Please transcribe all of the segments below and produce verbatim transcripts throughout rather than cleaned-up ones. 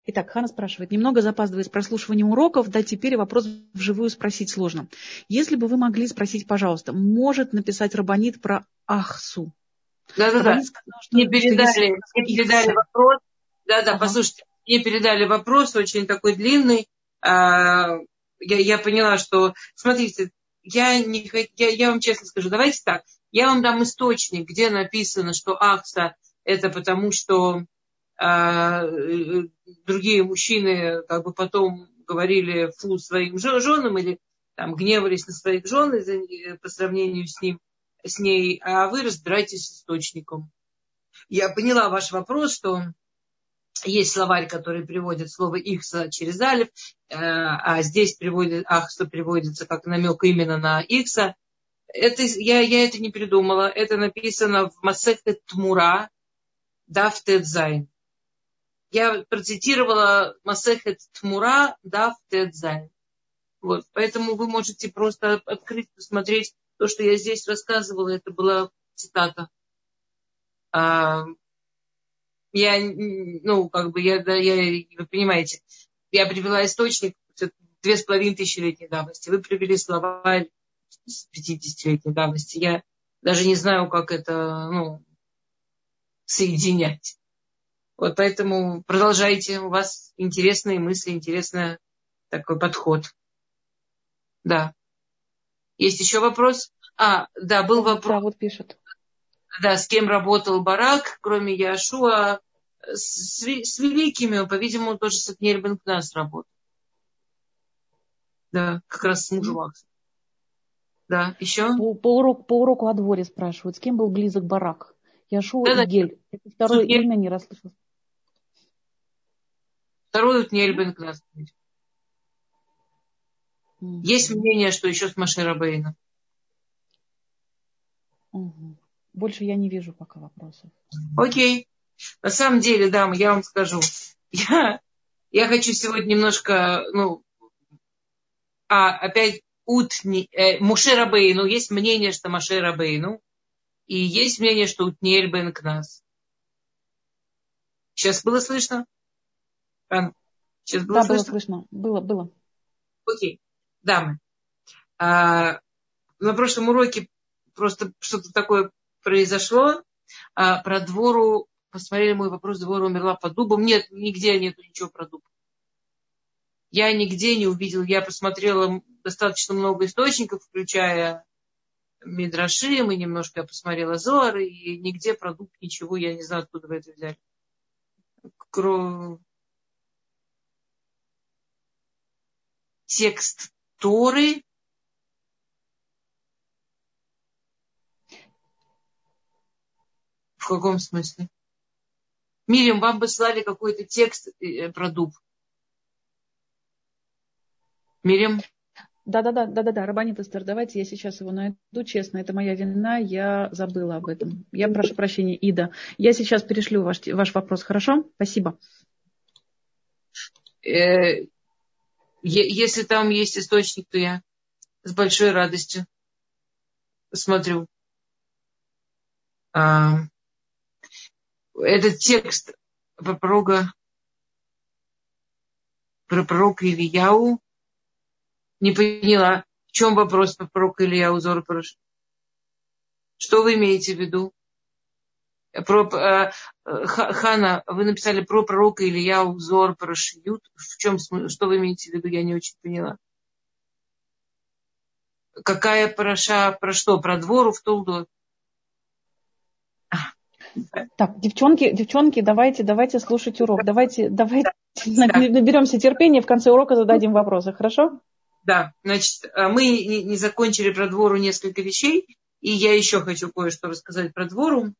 Итак, Хана спрашивает, немного запаздывает с прослушиванием уроков, да теперь вопрос вживую спросить сложно. Если бы вы могли спросить, пожалуйста, может написать Рабанит про Ахсу? Да-да-да, мне передали, мне передали вопрос, да-да, ага. Послушайте, мне передали вопрос, очень такой длинный, а, я, я поняла, что, смотрите, я, не, я, я вам честно скажу, давайте так, я вам дам источник, где написано, что Ахса это потому, что а, другие мужчины как бы потом говорили фу своим женам или там гневались на своих жен по сравнению с ним, с ней, а вы разбирайтесь с источником. Я поняла ваш вопрос, что есть словарь, который приводит слово «ихса» через алиф, а здесь приводит, «ахса» приводится как намек именно на «ихса». Это, я, я это не придумала. Это написано в Масехет Тмура, Дав Тет Зайн. Я процитировала Масехет Тмура, Дав Тет Зайн. Вот, поэтому вы можете просто открыть, посмотреть то, что я здесь рассказывала. Это была цитата. А, я, ну, как бы, я, да, я, вы понимаете, я привела источник две с половиной тысячелетней давности. Вы привели словарь с пятидесятилетней давности. Я даже не знаю, как это, ну, соединять. Вот поэтому продолжайте. У вас интересные мысли, интересный такой подход. Да. Есть еще вопрос? А, да, был вопрос. Да, вот пишет. Да, с кем работал Барак, кроме Яшуа, с, с великими, по-видимому, тоже с Отниэль бен Кнас работал. Да, как раз с мужем Ахса. Да, еще? По, по, уроку, по уроку о дворе спрашивают, с кем был близок Барак? Яшуа да, и да. Гель. Это второе Отниэль... имя не расслышал. Второй Отниэль бен Кнас. Mm-hmm. Есть мнение, что еще с Моше Рабейну. Угу. Больше я не вижу пока вопросов. Окей. На самом деле, дамы, я вам скажу. Я, я хочу сегодня немножко, ну, а, опять Утни, э, Моше Рабейну. Есть мнение, что Моше Рабейну. И есть мнение, что Утниэль бен Кнас. Сейчас было слышно? Сейчас было да, слышно? было слышно. Было, было. Окей. Дамы. А, на прошлом уроке просто что-то такое произошло. А, про Двору, посмотрели мой вопрос, Двора умерла под дубом. Нет, нигде нету ничего про дуб. Я нигде не увидела, я посмотрела достаточно много источников, включая Мидрашим, и немножко я посмотрела Зоар, и нигде про дуб ничего, я не знаю, откуда вы это взяли. Кро... Текст Торы. В каком смысле? Мирим, вам бы слали какой-то текст про дуб. Мирим? Да-да-да, да-да-да, Рабанит Эстер, давайте я сейчас его найду, честно, это моя вина, я забыла об этом. Я прошу прощения, Ида. Я сейчас перешлю ваш, ваш вопрос, хорошо? Спасибо. Э, если там есть источник, то я с большой радостью посмотрю. А, этот текст про пророка, про пророка Ильяу. Не поняла, в чем вопрос про пророка Ильяу Зор Парашют. Что вы имеете в виду? Про, э, Хана, вы написали про пророка Ильяу Зор Парашют. В чем, что вы имеете в виду? Я не очень поняла. Какая параша, про что? Про двору в Толдот? Так, девчонки, девчонки, давайте, давайте слушать урок. Давайте, давайте наберемся терпения, в конце урока зададим вопросы, хорошо? Да, значит, мы не закончили про двору несколько вещей, и я еще хочу кое-что рассказать про двору.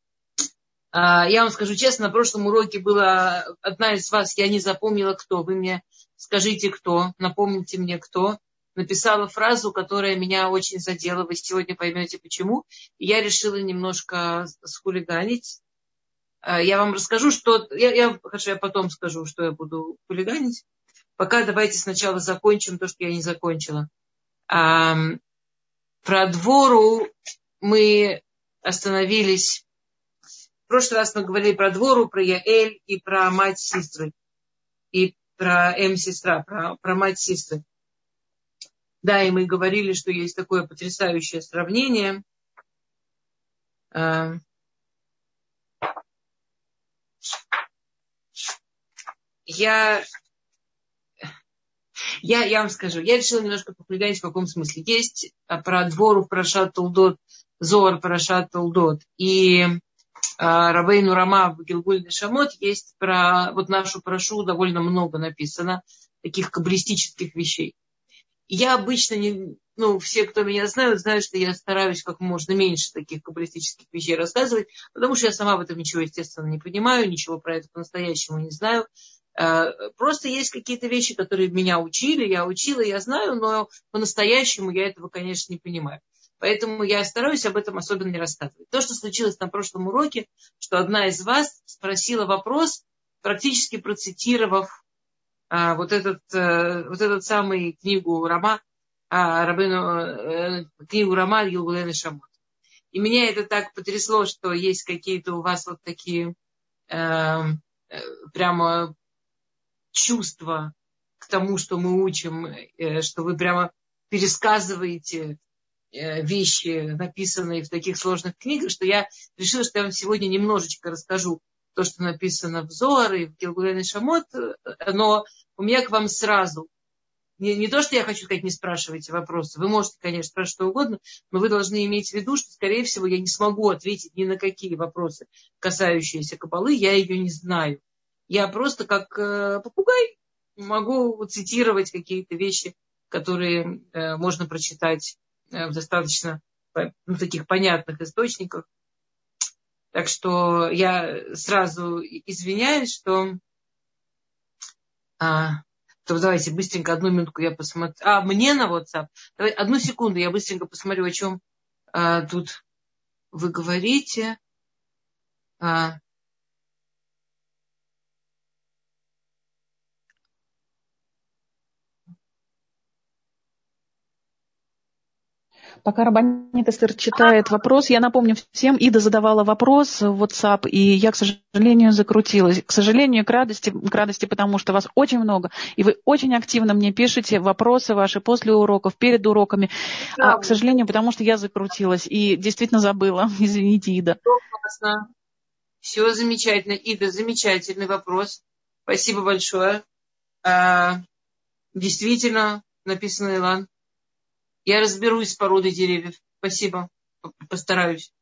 Я вам скажу честно, на прошлом уроке была одна из вас, я не запомнила, кто. Вы мне скажите, кто, напомните мне, кто. Написала фразу, которая меня очень задела. Вы сегодня поймете, почему. И я решила немножко схулиганить. Я вам расскажу, что... Я, я, хорошо, я потом скажу, что я буду хулиганить. Пока давайте сначала закончим то, что я не закончила. А, про двору мы остановились. В прошлый раз мы говорили про двору, про Яэль и про мать сестры. и про М-сестра, про, про мать сестры. Да, и мы говорили, что есть такое потрясающее сравнение. Я, я, я вам скажу, я решила немножко похулиганить в каком смысле. Есть про двору Парашат Толдот, Зоар Парашат Толдот и Рабейну Рама в Гилгуль Нешамот есть про вот нашу парашу довольно много написано, таких каббалистических вещей. Я обычно, не, ну, все, кто меня знают, знают, что я стараюсь как можно меньше таких каббалистических вещей рассказывать, потому что я сама в этом ничего, естественно, не понимаю, ничего про это по-настоящему не знаю. Просто есть какие-то вещи, которые меня учили, я учила, я знаю, но по-настоящему я этого, конечно, не понимаю. Поэтому я стараюсь об этом особенно не рассказывать. То, что случилось на прошлом уроке, что одна из вас спросила вопрос, практически процитировав а, вот, этот, а, вот этот самый книгу Рама, а, Рабейну, а, книгу Рама Гилгуль Нешамот. И меня это так потрясло, что есть какие-то у вас вот такие а, прямо чувства к тому, что мы учим, что вы прямо пересказываете вещи, написанные в таких сложных книгах, что я решила, что я вам сегодня немножечко расскажу то, что написано в Зоар и в Гилгуль Нешамот, но у меня к вам сразу, не, не то, что я хочу сказать, не спрашивайте вопросы, вы можете, конечно, спрашивать что угодно, но вы должны иметь в виду, что, скорее всего, я не смогу ответить ни на какие вопросы, касающиеся Каббалы, я ее не знаю. Я просто как попугай могу цитировать какие-то вещи, которые можно прочитать в достаточно ну, таких понятных источниках. Так что я сразу извиняюсь, что... А, то давайте быстренько одну минутку я посмотрю. А, мне на WhatsApp. Давай, одну секунду, я быстренько посмотрю, о чем а, тут вы говорите. А, Пока Рабанит Эстер читает вопрос, я напомню всем, Ида задавала вопрос в WhatsApp, и я, к сожалению, закрутилась. К сожалению, к радости, к радости, потому что вас очень много, и вы очень активно мне пишете вопросы ваши после уроков, перед уроками. А, к сожалению, потому что я закрутилась и действительно забыла. Извините, Ида. Классно. Все замечательно. Ида, замечательный вопрос. Спасибо большое. А, действительно, написано Илан. Я разберусь с породой деревьев. Спасибо. Постараюсь.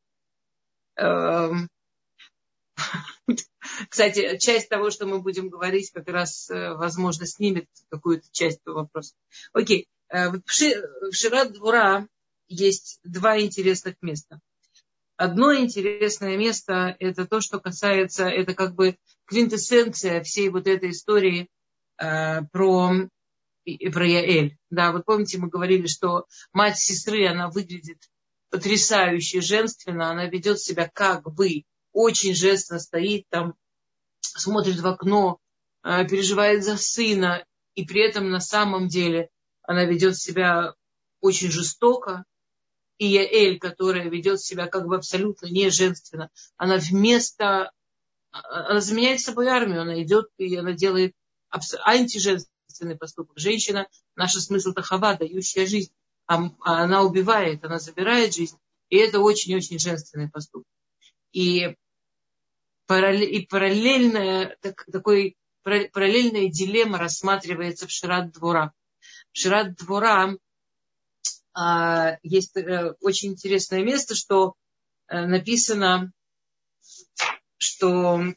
Кстати, часть того, что мы будем говорить, как раз, возможно, снимет какую-то часть этого вопроса. Окей. В Шират Двора есть два интересных места. Одно интересное место – это то, что касается, это как бы квинтэссенция всей вот этой истории про... про Яэль. Да, вот помните, мы говорили, что мать сестры, она выглядит потрясающе женственно, она ведет себя как бы очень женственно, стоит там, смотрит в окно, переживает за сына, и при этом на самом деле она ведет себя очень жестоко. И Яэль, которая ведет себя как бы абсолютно не женственно, она вместо... Она заменяет собой армию, она идет и она делает антиженственный поступок. Женщина, наш смысл тахава, дающая жизнь. А она убивает, она забирает жизнь. И это очень-очень женственный поступок. И, и параллельная, так, такой, параллельная дилемма рассматривается в Шират Двора. В Шират Двора а, есть а, очень интересное место, что а, написано, что...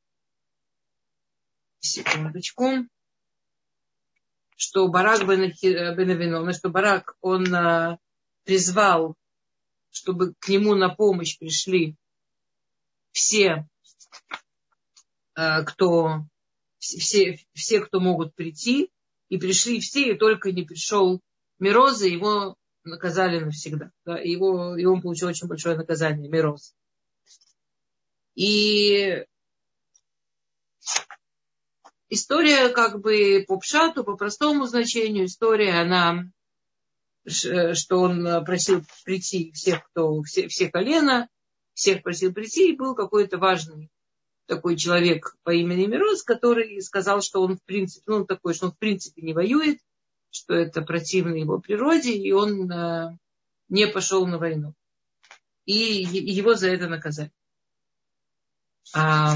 Секундочку. Что Барак бен Авинон, что Барак, он а, призвал, чтобы к нему на помощь пришли все, а, кто, все, все, кто могут прийти, и пришли все, и только не пришел Мироза, его наказали навсегда. Да, и, его, и он получил очень большое наказание, Мироз. И история как бы по пшату, по простому значению, история, она, что он просил прийти всех, кто, все, все колена, всех просил прийти, и был какой-то важный такой человек по имени Мироз, который сказал, что он в принципе, ну, такой, что он в принципе не воюет, что это противно его природе, и он э, не пошел на войну. И, и его за это наказали. А,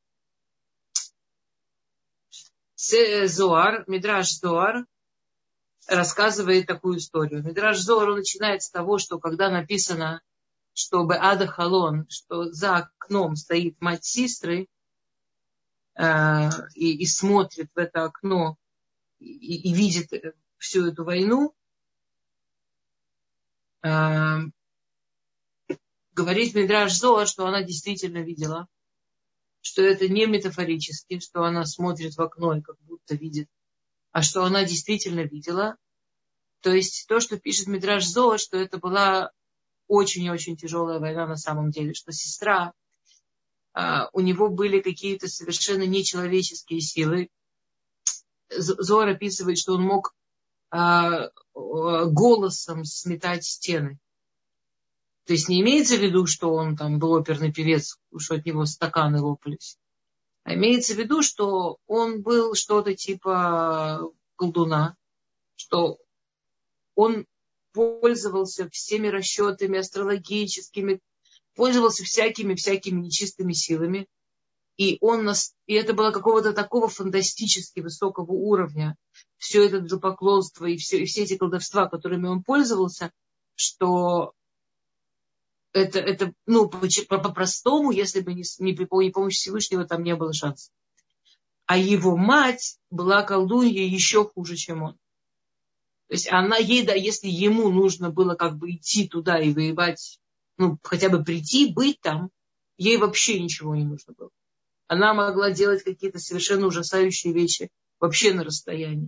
Зоар, Мидраш Зоар рассказывает такую историю. Мидраш Зоар, он начинает с того, что когда написано, что Беада Халон, что за окном стоит мать сестры э, и, и смотрит в это окно и, и видит всю эту войну, э, говорит Мидраш Зоар, что она действительно видела, что это не метафорически, что она смотрит в окно и как будто видит, а что она действительно видела. То есть то, что пишет Мидраш Зоар, что это была очень-очень тяжелая война на самом деле, что сестра, а, у него были какие-то совершенно нечеловеческие силы. Зоар описывает, что он мог а, голосом сметать стены. То есть не имеется в виду, что он там был оперный певец, что от него стаканы лопались. А имеется в виду, что он был что-то типа колдуна, что он пользовался всеми расчетами астрологическими, пользовался всякими-всякими нечистыми силами. И, он нас, и это было какого-то такого фантастически высокого уровня. Все это идолопоклонство и все, и все эти колдовства, которыми он пользовался, что это, это ну, по-простому, если бы не, не при помощи Всевышнего, там не было шансов. А его мать была колдуньей еще хуже, чем он. То есть она ей, да, если ему нужно было как бы идти туда и воевать, ну, хотя бы прийти, быть там, ей вообще ничего не нужно было. Она могла делать какие-то совершенно ужасающие вещи вообще на расстоянии.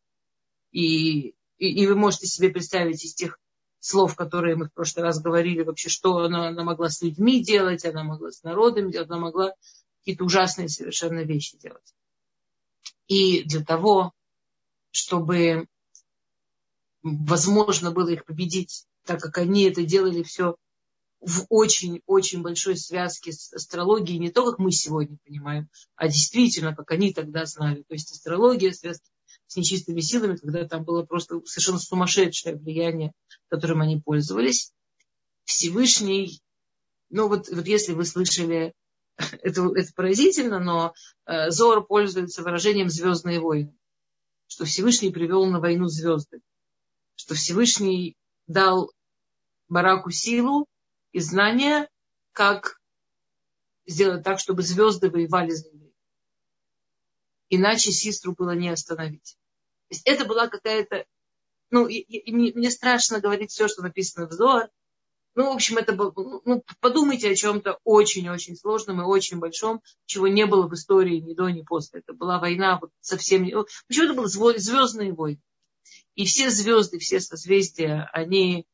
И, и, и вы можете себе представить из тех слов, которые мы в прошлый раз говорили, вообще, что она, она могла с людьми делать, она могла с народом делать, она могла какие-то ужасные совершенно вещи делать. И для того, чтобы возможно было их победить, так как они это делали все в очень-очень большой связке с астрологией, не то, как мы сегодня понимаем, а действительно, как они тогда знали. То есть астрология, связка с нечистыми силами, когда там было просто совершенно сумасшедшее влияние, которым они пользовались. Всевышний, ну вот, вот если вы слышали, это, это поразительно, но э, Зоар пользуется выражением «звездные войны», что Всевышний привел на войну звезды, что Всевышний дал Бараку силу и знания, как сделать так, чтобы звезды воевали за евреев. Иначе сестру было не остановить. То есть это была какая-то... Ну, и, и, мне страшно говорить все, что написано в Зоар. Ну, в общем, это было... Ну, подумайте о чем-то очень-очень сложном и очень большом, чего не было в истории ни до, ни после. Это была война вот совсем... Почему это были звездные войны? И все звезды, все созвездия, они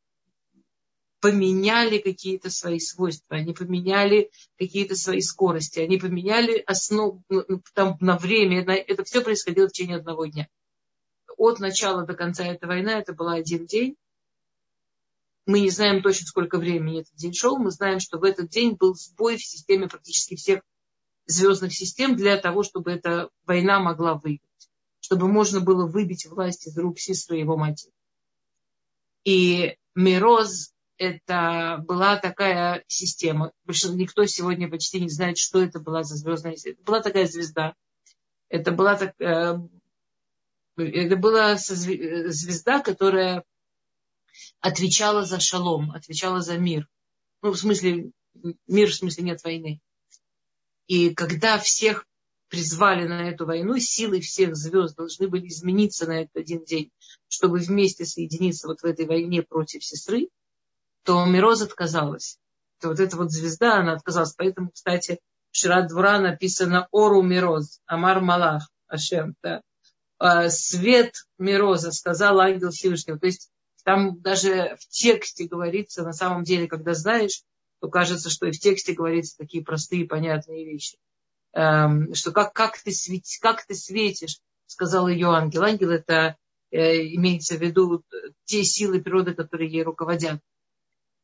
поменяли какие-то свои свойства, они поменяли какие-то свои скорости, они поменяли основу там, на время. Это все происходило в течение одного дня. От начала до конца этой войны это был один день. Мы не знаем точно, сколько времени этот день шел. Мы знаем, что в этот день был сбой в системе практически всех звездных систем для того, чтобы эта война могла выиграть. Чтобы можно было выбить власть из рук сестры его матери. И Мироз это была такая система. Никто сегодня почти не знает, что это была за звездная система. Это была такая звезда. Это была, так, э, это была звезда, которая отвечала за шалом, отвечала за мир. Ну, в смысле, мир, в смысле нет войны. И когда всех призвали на эту войну, силы всех звезд должны были измениться на этот один день, чтобы вместе соединиться вот в этой войне против сестры, то Мироз отказалась. То вот эта вот звезда, она отказалась. Поэтому, кстати, в Шират Двора написано «Ору Мироз, Амар Малах, Ашем». Да? Свет Мироза, сказал ангел Всевышнего. То есть там даже в тексте говорится, на самом деле, когда знаешь, то кажется, что и в тексте говорится такие простые, понятные вещи. Что как, как, ты, свети, как ты светишь, сказал ее ангел. Ангел это э, имеется в виду те силы природы, которые ей руководят.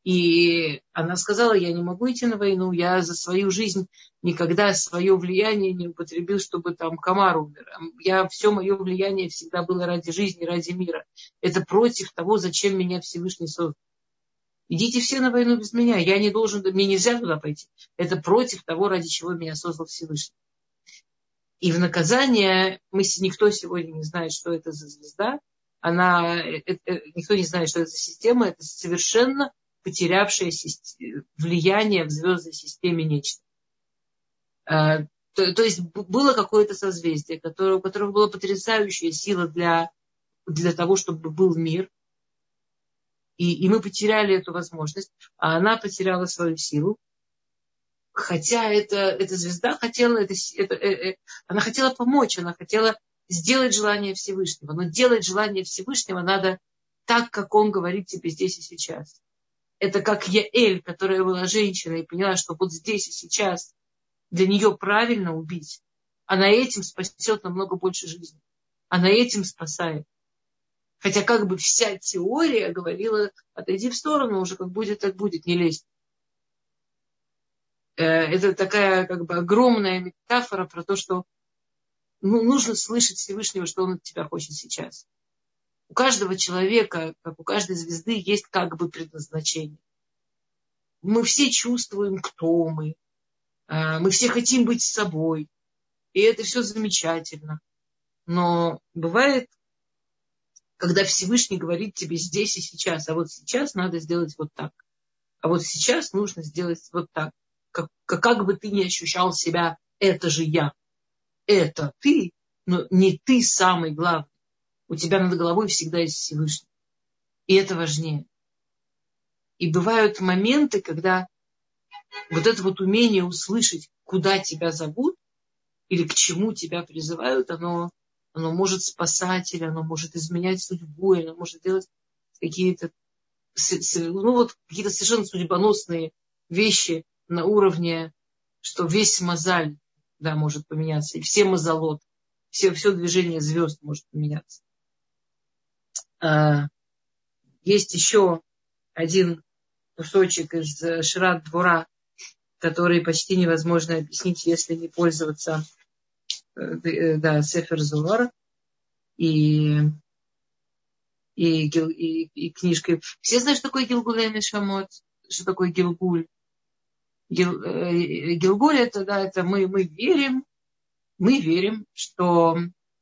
И она сказала, я не могу идти на войну, я за свою жизнь никогда свое влияние не употребил, чтобы там комар умер. Я, все мое влияние всегда было ради жизни, ради мира. Это против того, зачем меня Всевышний создал. Идите все на войну без меня, я не должен, мне нельзя туда пойти. Это против того, ради чего меня создал Всевышний. И в наказание, мы, никто сегодня не знает, что это за звезда, она, это, никто не знает, что это за система, это совершенно потерявшее влияние в звездной системе нечто. То, то есть было какое-то созвездие, которое, у которого была потрясающая сила для, для того, чтобы был мир. И, и мы потеряли эту возможность, а она потеряла свою силу. Хотя это, эта звезда хотела, это, это, это, она хотела помочь, она хотела сделать желание Всевышнего. Но делать желание Всевышнего надо так, как он говорит тебе здесь и сейчас. Это как Яэль, которая была женщиной и поняла, что вот здесь и сейчас для нее правильно убить. Она этим спасет намного больше жизни. Она этим спасает. Хотя как бы вся теория говорила, отойди в сторону, уже как будет, так будет, не лезь. Это такая как бы огромная метафора про то, что ну, нужно слышать Всевышнего, что он от тебя хочет сейчас. У каждого человека, как у каждой звезды, есть как бы предназначение. Мы все чувствуем, кто мы. Мы все хотим быть с собой. И это все замечательно. Но бывает, когда Всевышний говорит тебе здесь и сейчас, а вот сейчас надо сделать вот так. А вот сейчас нужно сделать вот так. Как, как, как бы ты ни ощущал себя, это же я. Это ты, но не ты самый главный. У тебя над головой всегда есть Всевышний. И это важнее. И бывают моменты, когда вот это вот умение услышать, куда тебя зовут, или к чему тебя призывают, оно, оно может спасать, или оно может изменять судьбу, или оно может делать какие-то, ну вот, какие-то совершенно судьбоносные вещи на уровне, что весь мозаль, да, может поменяться, и все мазолот, все, все движение звезд может поменяться. А, есть еще один кусочек из Шират Двора, который почти невозможно объяснить, если не пользоваться да, Сефер Зоар и, и, и, и книжкой. Все знают, что такое Гилгулей Нешамот, что такое Гилгуль. Гил, Гилгуль это, да, это мы, мы верим, мы верим, что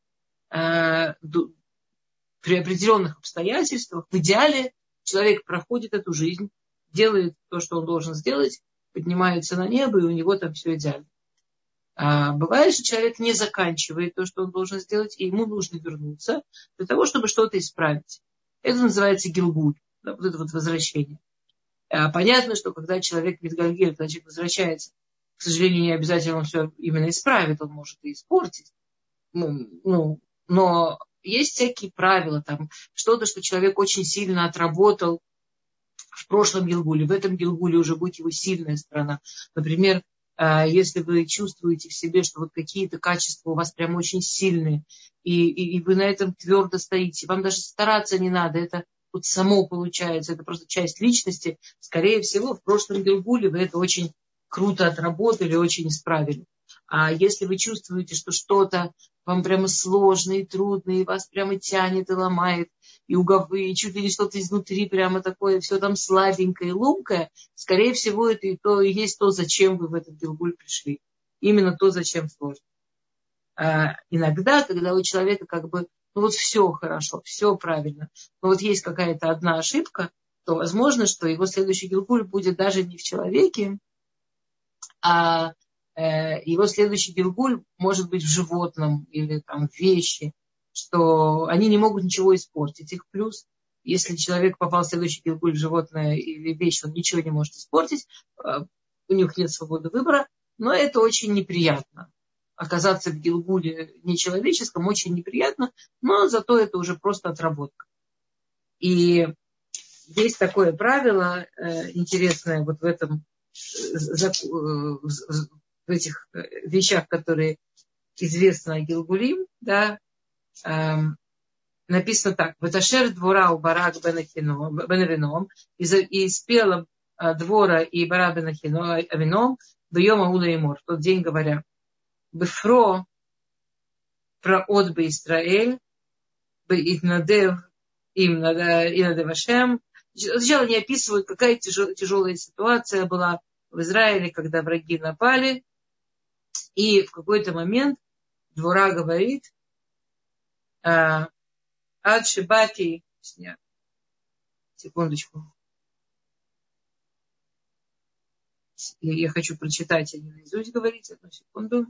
э, при определенных обстоятельствах, в идеале, человек проходит эту жизнь, делает то, что он должен сделать, поднимается на небо, и у него там все идеально. А бывает, что человек не заканчивает то, что он должен сделать, и ему нужно вернуться для того, чтобы что-то исправить. Это называется гилгуль, да, вот это вот возвращение. А понятно, что когда человек мидгальгель, когда человек возвращается, к сожалению, не обязательно он все именно исправит, он может и испортить. Ну, ну, но есть всякие правила, там, что-то, что человек очень сильно отработал в прошлом гилгуле, в этом гилгуле уже будет его сильная сторона. Например, если вы чувствуете в себе, что вот какие-то качества у вас прям очень сильные, и, и, и вы на этом твердо стоите, вам даже стараться не надо, это вот само получается, это просто часть личности, скорее всего, в прошлом гилгуле вы это очень круто отработали, очень исправили. А если вы чувствуете, что что-то вам прямо сложно и трудно, и вас прямо тянет и ломает, и, угов... и чуть ли не что-то изнутри прямо такое, все там слабенькое и ломкое, скорее всего, это и, то, и есть то, зачем вы в этот гилгуль пришли. Именно то, зачем сложно. А иногда, когда у человека как бы, ну вот все хорошо, все правильно, но вот есть какая-то одна ошибка, то возможно, что его следующий гилгуль будет даже не в человеке, а его следующий гилгуль может быть в животном или там, в вещи, что они не могут ничего испортить. Их плюс, если человек попал в следующий гилгуль в животное или вещь, он ничего не может испортить, у них нет свободы выбора, но это очень неприятно. Оказаться в гилгуле нечеловеческом очень неприятно, но зато это уже просто отработка. И есть такое правило э, интересное вот в этом в этих вещах, которые известны о Гилгулим, да, эм, написано так: «Ваташер двора у барак бен Авином, и спела Двора и Бара бен Авином бьем Аула и Мор. В тот день говоря, Бефро про от бы Исраэль, бы Иднадев им Инадев Ашем. Сначала они описывают, какая тяжелая ситуация была в Израиле, когда враги напали. И в какой-то момент Двора говорит, Ад Шибати, секундочку, я хочу прочитать, а не наизусть говорить, одну секунду.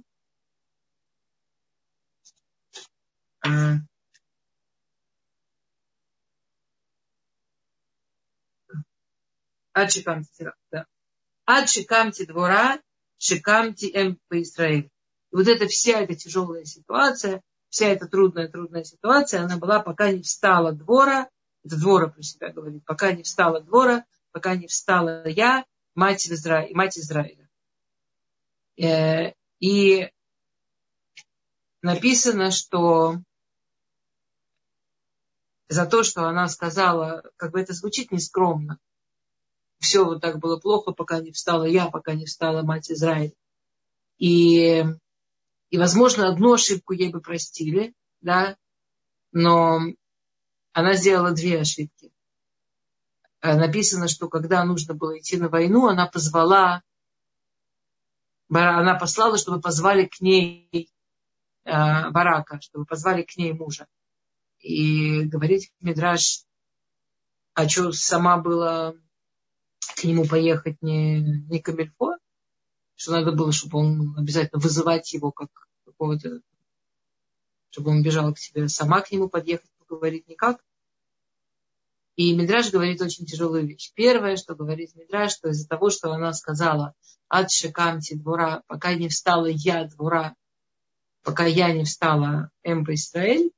Ад Шикамти, да. Ад Шикамти Двора, Шикамти Эм по Израиль. И вот эта вся эта тяжелая ситуация, вся эта трудная, трудная ситуация, она была, пока не встала Двора, это Двора про себя говорит, пока не встала Двора, пока не встала я, мать Израиля. Мать Израиля. И написано, что за то, что она сказала, как бы это звучит нескромно, все вот так было плохо, пока не встала я, пока не встала мать Израиля. И, и возможно, одну ошибку ей бы простили, да, но она сделала две ошибки. Написано, что когда нужно было идти на войну, она позвала, она послала, чтобы позвали к ней Барака, чтобы позвали к ней мужа. И говорит Мидраш, а что, сама была к нему поехать не, не камильфо, что надо было, чтобы он обязательно вызывать его как какого-то, чтобы он бежал к тебе, сама к нему подъехать, поговорить никак. И Мидраш говорит очень тяжелую вещь. Первое, что говорит Мидраш, что из-за того, что она сказала ад шикамти Двора, пока не встала я Двора, пока я не встала Эм по Исраэль,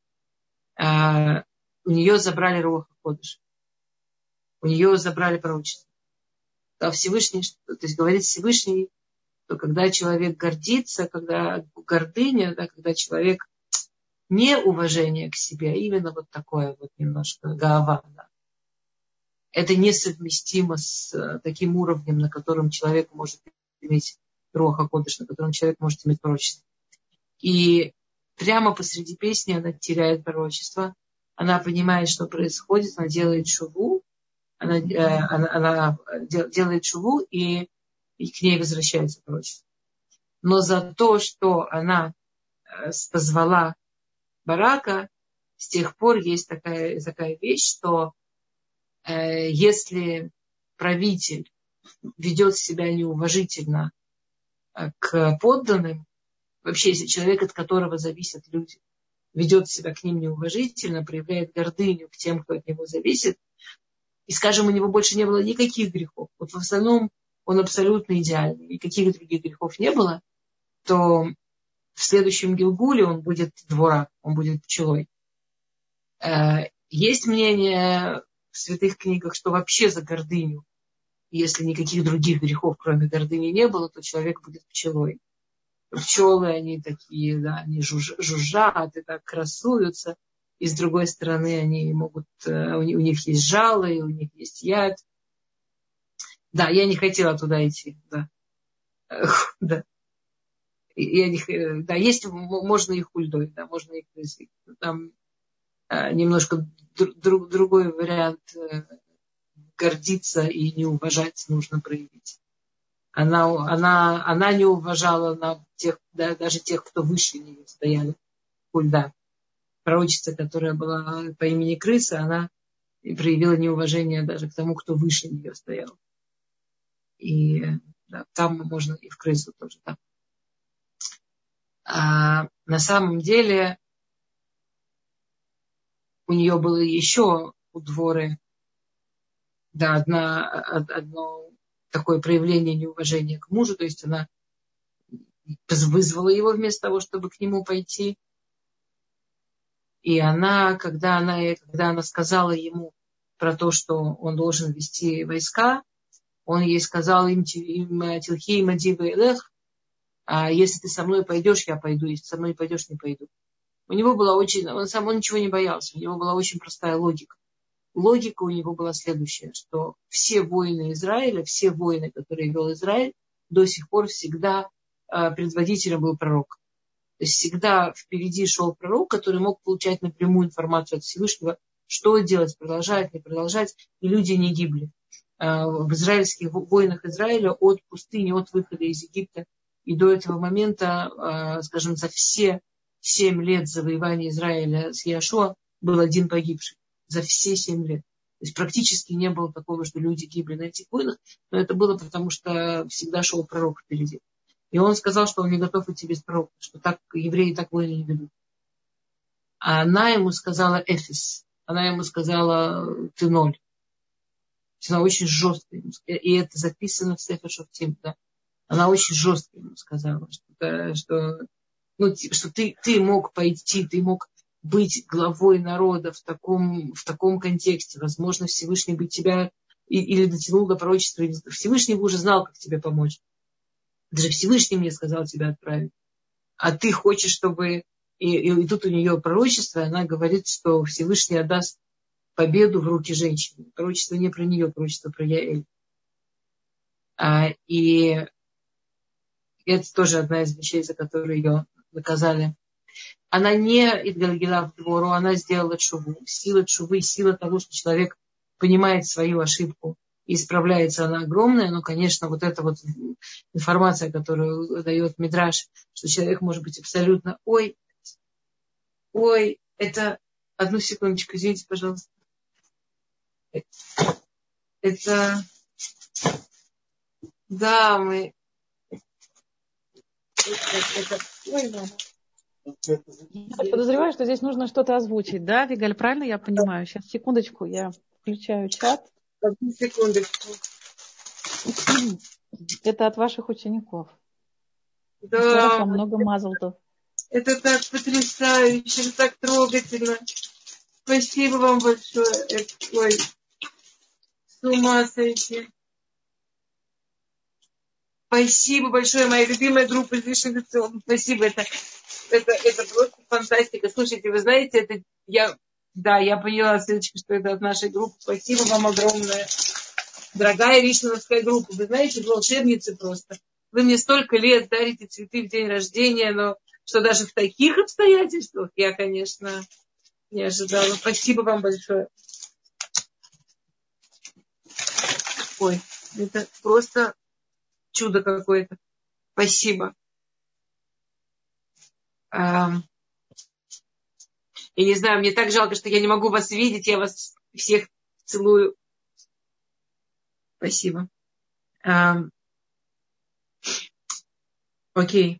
у нее забрали Руах ха-Кодеш. У нее забрали пророчество. Да, Всевышний, то есть говорит Всевышний, что когда человек гордится, когда гордыня, да, когда человек не уважение к себе, а именно вот такое вот немножко гаава, да, это несовместимо с таким уровнем, на котором человек может иметь Руах ха-Кодеш, на котором человек может иметь пророчество. И прямо посреди песни она теряет пророчество, она понимает, что происходит, она делает шуву, она, она, она делает шуву, и, и к ней возвращается пророчество. Но за то, что она позвала Барака, с тех пор есть такая, такая вещь, что э, если правитель ведет себя неуважительно к подданным, вообще, если человек, от которого зависят люди, ведет себя к ним неуважительно, проявляет гордыню к тем, кто от него зависит, и, скажем, у него больше не было никаких грехов, вот в остальном он абсолютно идеальный, никаких других грехов не было, то в следующем Гилгуле он будет Двора, он будет пчелой. Есть мнение в святых книгах, что вообще за гордыню, если никаких других грехов, кроме гордыни, не было, то человек будет пчелой. Пчелы, они такие, да, они жуж, жужжат и так красуются. И с другой стороны, они могут, у них есть жало, и у них есть яд. Да, я не хотела туда идти, да. Да. Я не, да, есть, можно их хульдой, да, можно их, там немножко друг, другой вариант гордиться и не уважать нужно проявить. Она, она, она не уважала на тех, да, даже тех, кто выше нее стояли. Хульда. Пророчица, которая была по имени Крыса, она проявила неуважение даже к тому, кто выше нее стоял. И да, там можно и в Крысу тоже. Да. А на самом деле у нее было еще у Дворы да, одна, одно такое проявление неуважения к мужу, то есть она вызвала его вместо того, чтобы к нему пойти. И она, когда она, когда она сказала ему про то, что он должен вести войска, он ей сказал им тилхи мадивы элех, а если ты со мной пойдешь, я пойду, если со мной не пойдешь, не пойду. У него была очень, он сам он ничего не боялся, у него была очень простая логика. логика у него была следующая, что все воины Израиля, все воины, которые вел Израиль, до сих пор всегда предводителем был пророк. То есть всегда впереди шел пророк, который мог получать напрямую информацию от Всевышнего, что делать, продолжать, не продолжать, и люди не гибли. В израильских войнах Израиля от пустыни, от выхода из Египта и до этого момента, скажем, за все семь лет завоевания Израиля с Иошуа был один погибший. За все семь лет. То есть практически не было такого, что люди гибли на этих войнах, но это было потому, что всегда шел пророк впереди. И он сказал, что он не готов идти без пророка, что так евреи так войны не ведут. А она ему сказала эфис. Она ему сказала ты ноль. Она очень жестко ему сказала. И это записано в Сефер Шофтим. Да? Она очень жестко ему сказала, что, что, ну, что ты, ты мог пойти, ты мог быть главой народа в таком, в таком контексте. Возможно, Всевышний бы тебя или дотянул до пророчества. Всевышний бы уже знал, как тебе помочь. Даже Всевышний мне сказал тебя отправить. А ты хочешь, чтобы... И, и, и тут у нее пророчество, она говорит, что Всевышний отдаст победу в руки женщины. Пророчество не про нее, пророчество про Яэль. А, и это тоже одна из вещей, за которые ее наказали. Она не идгалгила в двору, она сделала тшуву. Сила тшувы, сила того, что человек понимает свою ошибку и исправляется, она огромная, но, конечно, вот эта вот информация, которую дает Мидраш, что человек может быть абсолютно, ой, ой, это, одну секундочку, извините, пожалуйста. Это, да, мы, это, это, ой, мама. Я подозреваю, что здесь нужно что-то озвучить, да, Вигаль, правильно я понимаю? Сейчас, секундочку, я включаю чат. Одну секундочку. Это от ваших учеников. Да. Вам много мазлтов. Это так потрясающе, так трогательно. Спасибо вам большое. Ой, с ума сойти. Спасибо большое, моя любимая группа из Вишен Гацион. Спасибо, это, это, это просто фантастика. Слушайте, вы знаете, это я, да, я поняла, Светочка, что это от нашей группы. Спасибо вам огромное. Дорогая Вишневская группа, вы знаете, волшебницы просто. Вы мне столько лет дарите цветы в день рождения, но что даже в таких обстоятельствах я, конечно, не ожидала. Спасибо вам большое. Ой, это просто чудо какое-то. Спасибо. Я не знаю, мне так жалко, что я не могу вас видеть. Я вас всех целую. Спасибо. Окей.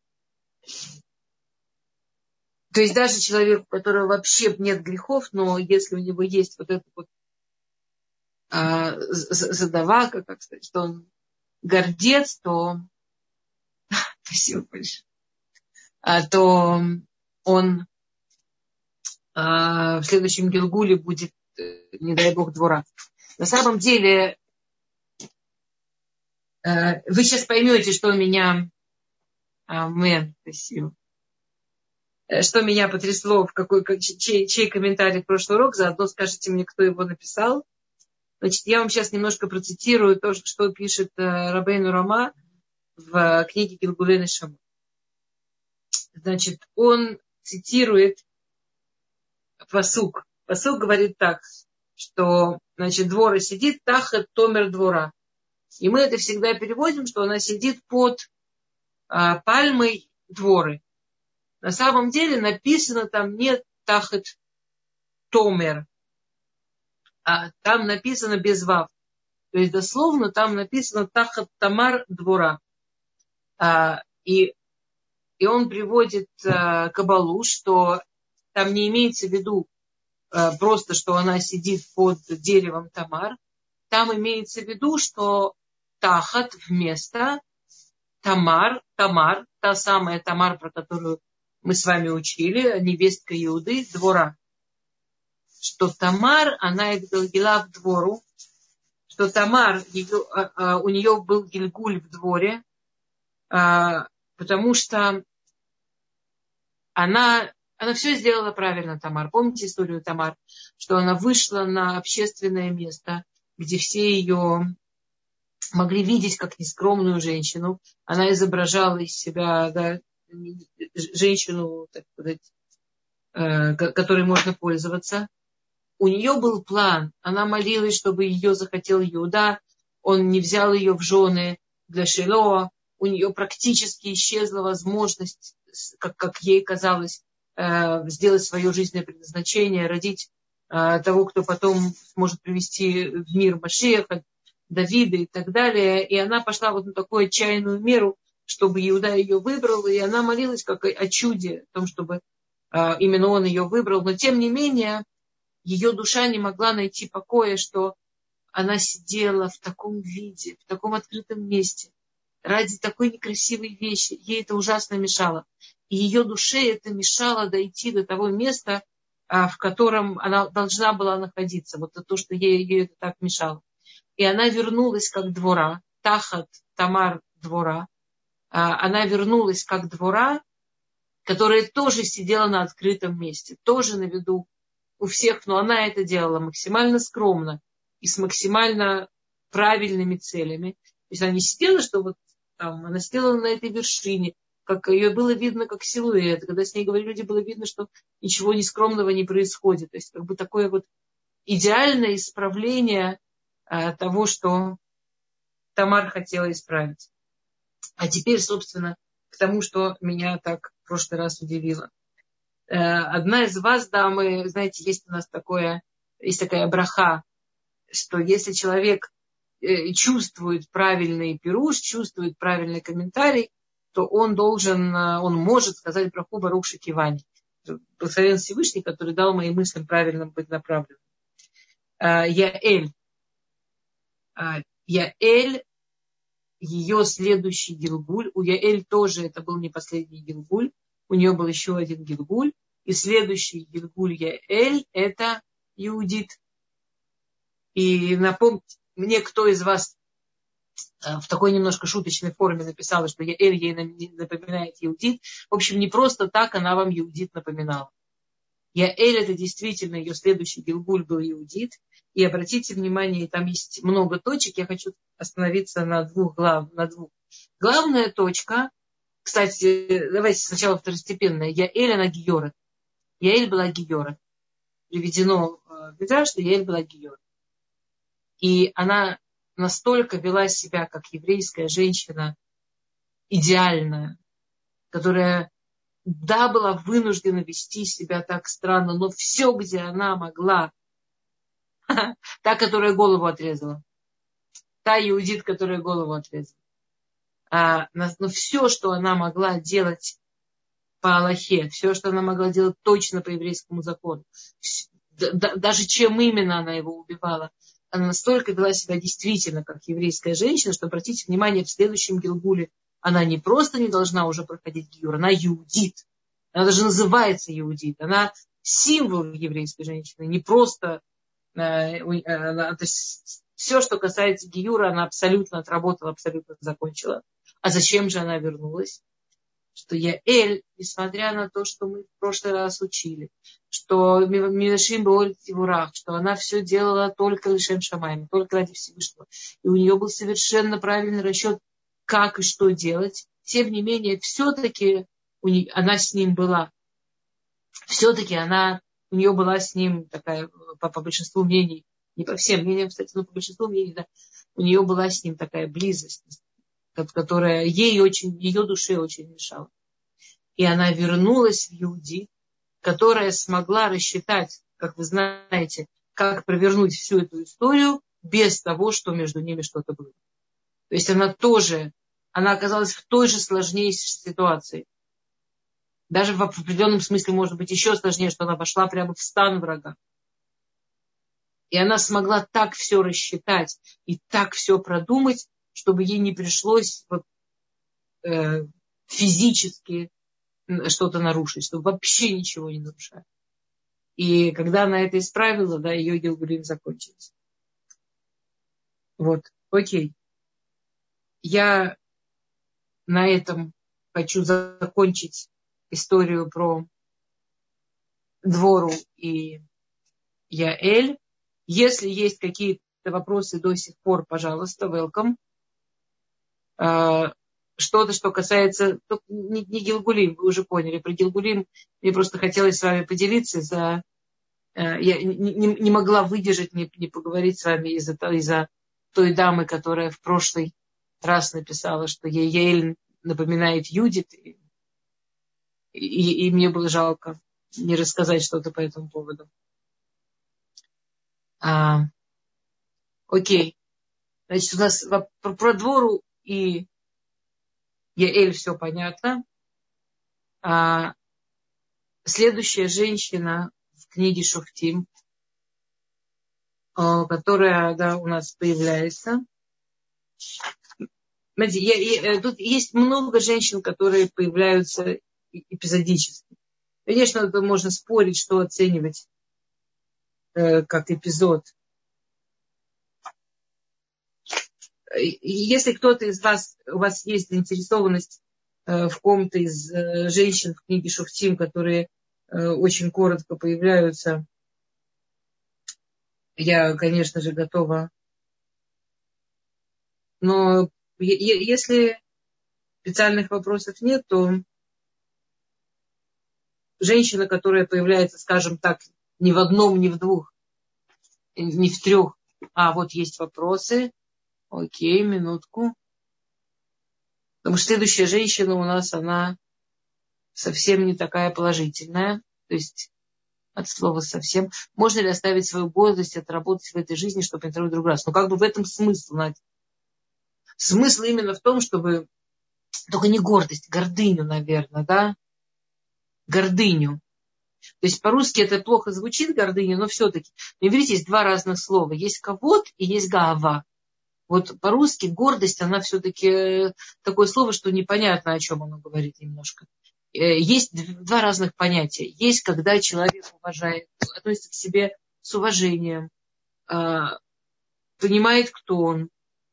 То есть даже человек, у которого вообще нет грехов, но если у него есть вот это вот а, задавака, как сказать, что он гордец, то спасибо большое, а, то он а, в следующем Гилгуле будет, не дай бог, двора. На самом деле, а, вы сейчас поймете, что меня, амен, спасибо, что меня потрясло, в какой, чей, чей комментарий в прошлый урок, заодно скажите мне, кто его написал. Значит, я вам сейчас немножко процитирую то, что пишет Рабейну Рама в книге Гилгулей Нешама. Значит, он цитирует пасук. Пасук говорит так, что, значит, двора сидит тахат томер двора. И мы это всегда переводим, что она сидит под а, пальмой дворы. На самом деле написано там не тахат томер, а там написано без вав. То есть дословно там написано тахат тамар двора. А, и, и он приводит а, кабалу, что там не имеется в виду а, просто, что она сидит под деревом тамар. Там имеется в виду, что тахат вместо тамар, тамар, та самая тамар, про которую мы с вами учили, невестка Иуды, двора. Что Тамар, она идгалгила в двору, что Тамар, ее, а, а, у нее был гильгуль в дворе, а, потому что она Она все сделала правильно, Тамар. Помните историю Тамар? Что она вышла на общественное место, где все ее могли видеть как нескромную женщину. Она изображала из себя, да, женщину, так сказать, э, которой можно пользоваться. У нее был план. Она молилась, чтобы ее захотел Иуда. Он не взял ее в жены для Шилоа. У нее практически исчезла возможность, как, как ей казалось, э, сделать свое жизненное предназначение, родить э, того, кто потом сможет привести в мир Машиаха, Давида и так далее. И она пошла вот на такую отчаянную меру, чтобы Иуда ее выбрал. И она молилась как о, о чуде, о том, чтобы э, именно он ее выбрал. Но тем не менее, ее душа не могла найти покоя, что она сидела в таком виде, в таком открытом месте, ради такой некрасивой вещи. Ей это ужасно мешало. И ее душе это мешало дойти до того места, в котором она должна была находиться. Вот то, что ей, ей это так мешало. И она вернулась как двора, Тахат Тамар двора. Она вернулась как двора, которая тоже сидела на открытом месте, тоже на виду у всех, но она это делала максимально скромно и с максимально правильными целями. То есть она не сидела, что вот там, она сидела на этой вершине, как ее было видно как силуэт. Когда с ней говорили люди, было видно, что ничего нескромного не происходит. То есть как бы такое вот идеальное исправление а, того, что Тамар хотела исправить. А теперь, собственно, к тому, что меня так в прошлый раз удивило. Одна из вас, дамы, знаете, есть у нас такое, есть такая браха, что если человек чувствует правильный пируш, чувствует правильный комментарий, то он должен, он может сказать браху Барух Шекивани. Благословен Всевышний, который дал моим мыслям правильным быть направленным. Яэль. Яэль, ее следующий Гилгуль. У Яэль тоже это был не последний Гилгуль. У нее был еще один Гилгуль. И следующий Гилгуль Яэль это Иудит. И напомните мне, кто из вас в такой немножко шуточной форме написала, что Яэль ей напоминает Иудит. В общем, не просто так она вам Иудит напоминала. Яэль это действительно ее следующий Гилгуль был Иудит. И обратите внимание, там есть много точек. Я хочу остановиться на двух глав, на двух. Главная точка, кстати, давайте сначала второстепенная. Яэль, она Гиора. Яэль была Гиора. Приведено в Мидраш, что Яэль была Гиора. И она настолько вела себя, как еврейская женщина, идеальная, которая, да, была вынуждена вести себя так странно, но все, где она могла, та, которая голову отрезала, та иудит, которая голову отрезала, а, но все, что она могла делать по Аллахе, все, что она могла делать точно по еврейскому закону, даже чем именно она его убивала, она настолько вела себя действительно как еврейская женщина, что, обратите внимание, в следующем Гилгуле она не просто не должна уже проходить гиюр, она иудит. Она даже называется иудит. Она символ еврейской женщины, не просто... Э, она, то есть, все, что касается гиюра, она абсолютно отработала, абсолютно закончила. А зачем же она вернулась? Что Яэль, несмотря на то, что мы в прошлый раз учили, что Милашим Беоль Тивурах, что она все делала только Лишем Шамаем, только ради Всевышнего. И у нее был совершенно правильный расчет, как и что делать. Тем не менее, все-таки у нее, она с ним была. Все-таки она, у нее была с ним такая, по, по большинству мнений, не по всем мнениям, кстати, но по большинству мнений, да, у нее была с ним такая близость, которая ей очень, ее душе очень мешала. И она вернулась в Иуди, которая смогла рассчитать, как вы знаете, как провернуть всю эту историю без того, что между ними что-то было. То есть она тоже, она оказалась в той же сложнейшей ситуации. Даже в определенном смысле, может быть, еще сложнее, что она вошла прямо в стан врага. И она смогла так все рассчитать и так все продумать, чтобы ей не пришлось вот, э, физически что-то нарушить, чтобы вообще ничего не нарушать. И когда она это исправила, да, ее Гилгулим закончились. Вот, окей. Я на этом хочу закончить историю про Двору и Яэль. Если есть какие-то вопросы до сих пор, пожалуйста, welcome. Что-то, что касается... Не, не Гилгулим, вы уже поняли. Про Гилгулим мне просто хотелось с вами поделиться. За, я не, не, не могла выдержать, не, не поговорить с вами из-за, из-за той дамы, которая в прошлый раз написала, что ей Яэль напоминает Юдит. И, и, и мне было жалко не рассказать что-то по этому поводу. А, окей. Значит, у нас про, про Двору и Яэль все понятно. А следующая женщина в книге Шуфтим, которая, да, у нас появляется. Смотрите, я, я, тут есть много женщин, которые появляются эпизодически. Конечно, это можно спорить, что оценивать э, как эпизод. Если кто-то из вас, у вас есть заинтересованность э, в ком-то из э, женщин в книге Шуфтим, которые э, очень коротко появляются, я, конечно же, готова. Но если специальных вопросов нет, то женщина, которая появляется, скажем так, ни в одном, ни в двух, ни в трех. А, вот есть вопросы. Окей, минутку. Потому что следующая женщина у нас, она совсем не такая положительная. То есть от слова совсем. Можно ли оставить свою гордость, отработать в этой жизни, чтобы не в другой раз? Ну, как бы в этом смысл, Надя. Смысл именно в том, чтобы... Только не гордость, гордыню, наверное, да? Гордыню. То есть по-русски это плохо звучит, гордыня, но все-таки. Но видите, есть два разных слова. Есть кавод и есть гаава. Вот по-русски гордость, она все-таки такое слово, что непонятно, о чем оно говорит немножко. Есть два разных понятия. Есть, когда человек уважает, относится к себе с уважением, понимает, кто он,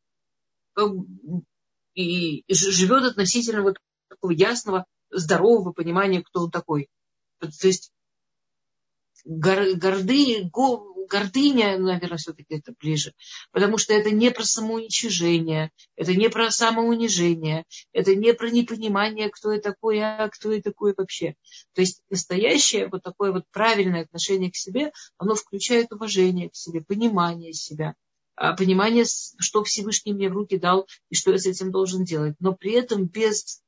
и живет относительно вот такого ясного, здорового понимания, кто он такой. То есть горды, гордыня, наверное, все-таки это ближе. Потому что это не про самоуничижение, это не про самоунижение, это не про непонимание, кто я такой, а кто я такой вообще. То есть настоящее вот такое вот правильное отношение к себе, оно включает уважение к себе, понимание себя, понимание, что Всевышний мне в руки дал и что я с этим должен делать. Но при этом без...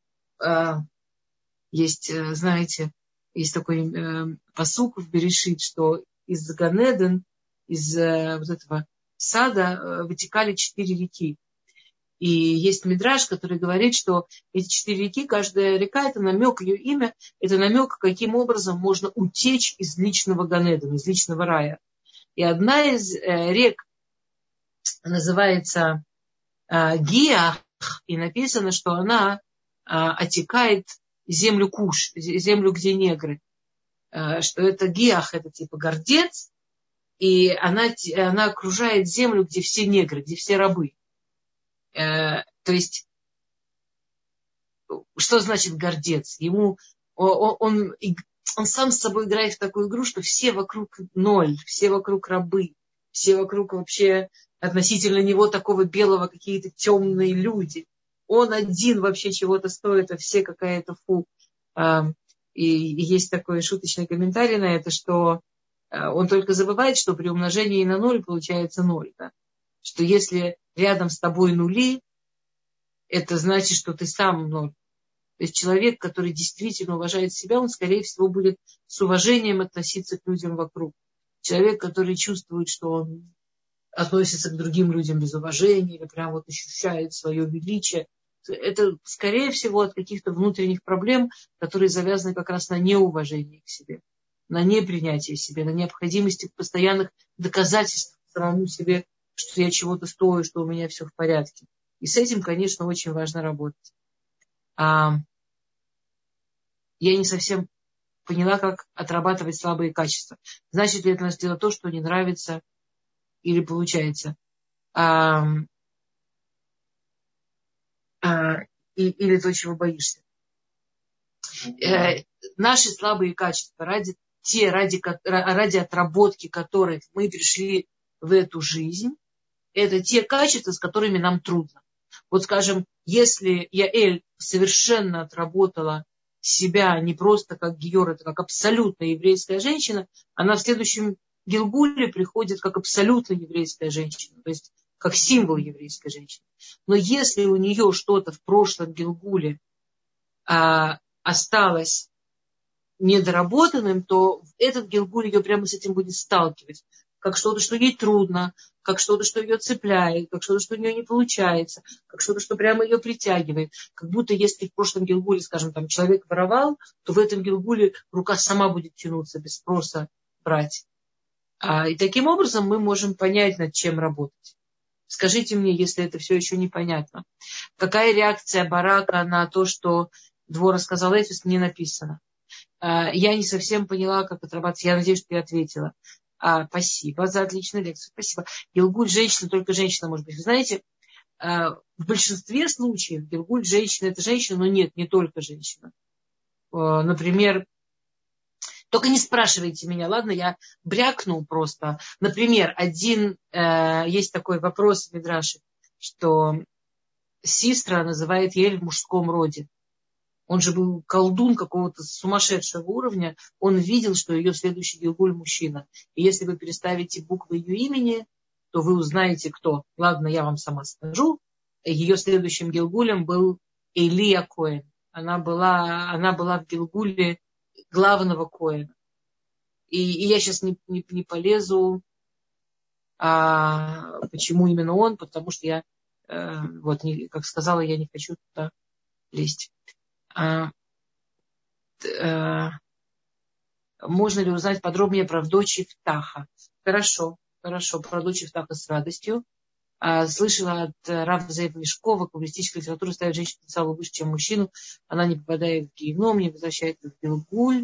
Есть, знаете, есть такой э, пасук в Берешит, что из Ганеден, из э, вот этого сада э, вытекали четыре реки. И есть мидраш, который говорит, что эти четыре реки, каждая река, это намек, ее имя, это намек, каким образом можно утечь из личного Ганедена, из личного рая. И одна из э, рек называется э, Гиах, и написано, что она э, отекает землю Куш, землю, где негры. Что это Гиах, это типа гордец, и она, она окружает землю, где все негры, где все рабы. То есть, что значит гордец? Ему, он, он, он сам с собой играет в такую игру, что все вокруг ноль, все вокруг рабы, все вокруг вообще относительно него такого белого какие-то темные люди. Он один вообще чего-то стоит, а все какая-то фу. И есть такой шуточный комментарий на это, что он только забывает, что при умножении на ноль получается ноль. Да? Что если рядом с тобой нули, это значит, что ты сам ноль. То есть человек, который действительно уважает себя, он, скорее всего, будет с уважением относиться к людям вокруг. Человек, который чувствует, что он относится к другим людям без уважения или прям вот ощущает свое величие, это, скорее всего, от каких-то внутренних проблем, которые завязаны как раз на неуважении к себе, на непринятии себе, на необходимости постоянных доказательств самому себе, что я чего-то стою, что у меня все в порядке. И с этим, конечно, очень важно работать. А я не совсем поняла, как отрабатывать слабые качества. Значит ли это сделать то, что не нравится или получается? А, а, и, или то, чего боишься. Э, наши слабые качества ради те, ради, ради отработки которых мы пришли в эту жизнь, это те качества, с которыми нам трудно. Вот, скажем, если Яэль совершенно отработала себя не просто как геор, это как абсолютно еврейская женщина, она в следующем Гилгуле приходит как абсолютно еврейская женщина, то есть как символ еврейской женщины. Но если у нее что-то в прошлом Гилгуле а, осталось недоработанным, то этот Гилгуль ее прямо с этим будет сталкивать. Как что-то, что ей трудно, как что-то, что ее цепляет, как что-то, что у нее не получается, как что-то, что прямо ее притягивает. Как будто если в прошлом Гилгуле, скажем, там человек воровал, то в этом Гилгуле рука сама будет тянуться без спроса брать. А, и таким образом мы можем понять, над чем работать. Скажите мне, если это все еще непонятно. Какая реакция Барака на то, что Двора сказал Эфес, не написано. А, я не совсем поняла, как отрабатывать. Я надеюсь, что я ответила. А, спасибо за отличную лекцию. Спасибо. Гилгуль женщина, только женщина может быть. Вы знаете, а, в большинстве случаев Гилгуль женщина это женщина, но нет, не только женщина. А, например, только не спрашивайте меня, ладно, я брякну просто. Например, один, э, есть такой вопрос в Мидраше, что Систра называет Ель в мужском роде. Он же был колдун какого-то сумасшедшего уровня. Он видел, что ее следующий Гилгуль мужчина. И если вы переставите буквы ее имени, то вы узнаете, кто. Ладно, я вам сама скажу. Ее следующим Гилгулем был Элия Коэн. Она была, она была в Гилгуле главного Коэна. И, и я сейчас не, не, не полезу, а, почему именно он, потому что я, э, вот, не, как сказала, я не хочу туда лезть. А, э, можно ли узнать подробнее про дочь Ифтаха? Хорошо, хорошо, про дочь Ифтаха с радостью. А, слышала от Рава Зеева Мешкова, каббалистическая литература ставит женщину потенциал выше, чем мужчину. Она не попадает в геном, не возвращается в Гилгуль.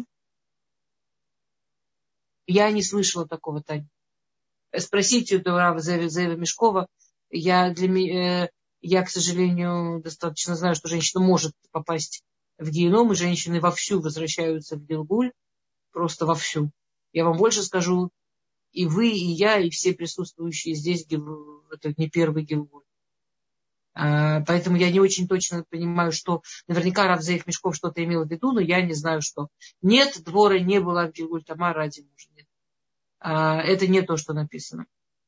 Я не слышала такого, Таня. Спросите у Рава Зеева Мешкова. Я, для меня, я, к сожалению, достаточно знаю, что женщина может попасть в геном, и женщины вовсю возвращаются в Гилгуль. Просто вовсю. Я вам больше скажу, и вы, и я, и все присутствующие здесь, это не первый Гилгуль. Поэтому я не очень точно понимаю, что наверняка Рав Зеев Мешков что-то имел в виду, но я не знаю, что. Нет, Двора не была в Гилгуль Тамар ради мужа. Нет. Это не то, что написано.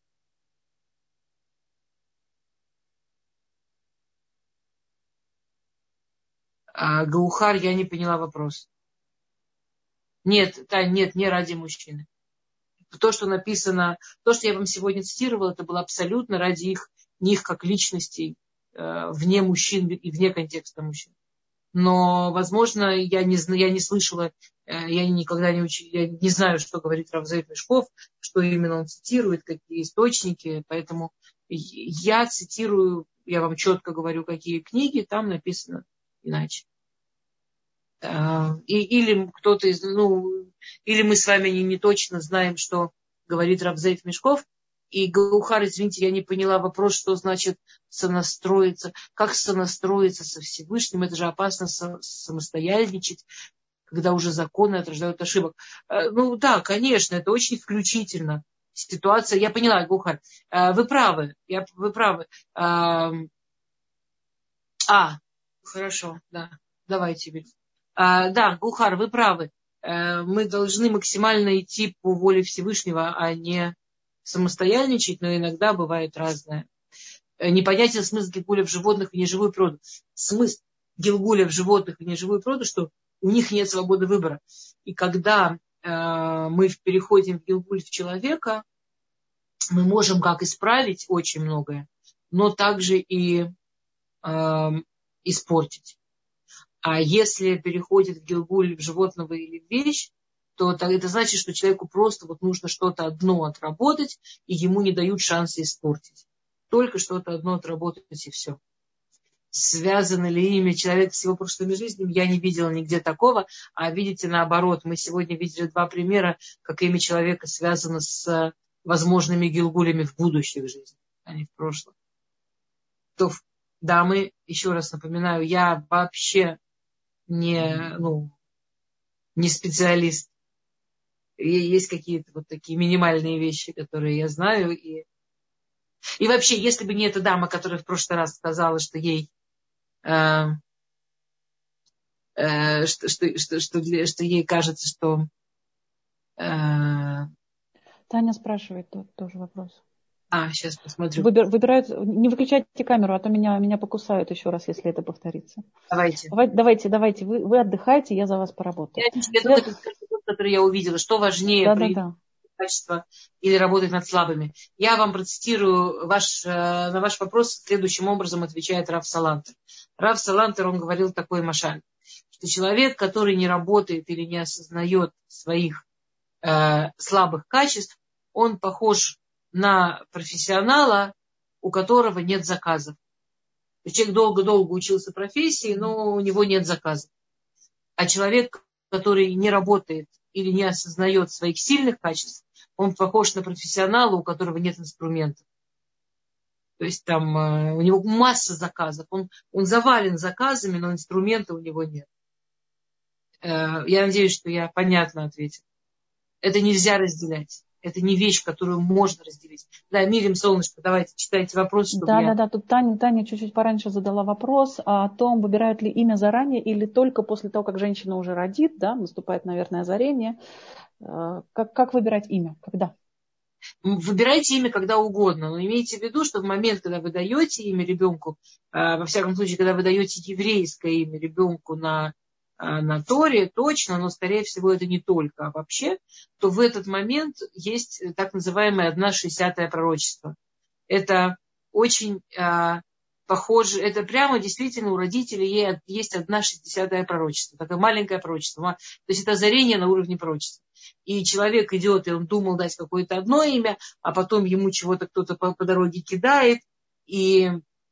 Гаухар, я не поняла вопрос. Нет, да, нет, не ради мужчины. То, что написано, то, что я вам сегодня цитировала, это было абсолютно ради их, них как личностей, э, вне мужчин и вне контекста мужчин. Но, возможно, я не, я не слышала, э, я никогда не учила, я не знаю, что говорит Рав Зеев Мешков, что именно он цитирует, какие источники, поэтому я цитирую, я вам четко говорю, какие книги, там написано иначе. И, или кто-то из, ну, или мы с вами не, не точно знаем, что говорит Рав Зеев Мешков. И Гаухар, извините, я не поняла вопрос, что значит сонастроиться. Как сонастроиться со Всевышним? Это же опасно самостоятельничать, когда уже законы отражают ошибок. Ну да, конечно, это очень включительно. Ситуация, я поняла, Гаухар, вы правы, я, вы правы. А, хорошо, да, давайте, Виль. А, да, Гухар, вы правы. А, мы должны максимально идти по воле Всевышнего, а не самостоятельничать, но иногда бывает разное. Непонятен смысл Гилгуля в животных и неживую природу. Смысл Гилгуля в животных и неживую природу, что у них нет свободы выбора. И когда а, мы переходим в Гилгуль в человека, мы можем как исправить очень многое, но также и а, испортить. А если переходит в Гилгуль в животного или в вещь, то это значит, что человеку просто вот нужно что-то одно отработать, и ему не дают шанса испортить. Только что-то одно отработать, и все. Связано ли имя человека с его прошлыми жизнями, я не видела нигде такого. А видите, наоборот, мы сегодня видели два примера, как имя человека связано с возможными Гилгулями в будущих жизнях, а не в прошлом. То, да, мы, еще раз напоминаю, я вообще не, ну, не специалист есть какие-то вот такие минимальные вещи, которые я знаю. И, и вообще, если бы не эта дама, которая в прошлый раз сказала, что ей э, э, что, что, что, что, для, что ей кажется, что э, Таня спрашивает тут тоже вопрос. А, сейчас посмотрю. Выбир, выбирают, не выключайте камеру, а то меня, меня покусают еще раз, если это повторится. Давайте. Давайте, давайте, давайте. Вы, вы отдыхайте, я за вас поработаю. Я, я только это скажу, который я увидела. Что важнее, да, проявить да, да. качество или работать над слабыми? Я вам процитирую ваш, на ваш вопрос. Следующим образом отвечает Рав Салантер. Рав Салантер, он говорил такой машаль, что человек, который не работает или не осознает своих э, слабых качеств, он похож на профессионала, у которого нет заказов. Человек долго-долго учился профессии, но у него нет заказов. А человек, который не работает или не осознает своих сильных качеств, он похож на профессионала, у которого нет инструментов. То есть там э, у него масса заказов. Он, он завален заказами, но инструмента у него нет. Э, я надеюсь, что я понятно ответила. Это нельзя разделять. Это не вещь, которую можно разделить. Да, Мирим, солнышко, давайте читайте вопрос, чтобы да, я... Да, да, тут Таня, Таня чуть-чуть пораньше задала вопрос о том, выбирают ли имя заранее или только после того, как женщина уже родит, да, наступает, наверное, озарение. Как, как выбирать имя? Когда? Выбирайте имя когда угодно, но имейте в виду, что в момент, когда вы даете имя ребенку, во всяком случае, когда вы даете еврейское имя ребенку на, на Торе, точно, но, скорее всего, это не только, а вообще, то в этот момент есть так называемое одна шестидесятая пророчество. Это очень а, похоже, это прямо действительно у родителей есть одна шестидесятая пророчество, такое маленькое пророчество, то есть это озарение на уровне пророчества. И человек идет, и он думал дать какое-то одно имя, а потом ему чего-то кто-то по, по дороге кидает, и,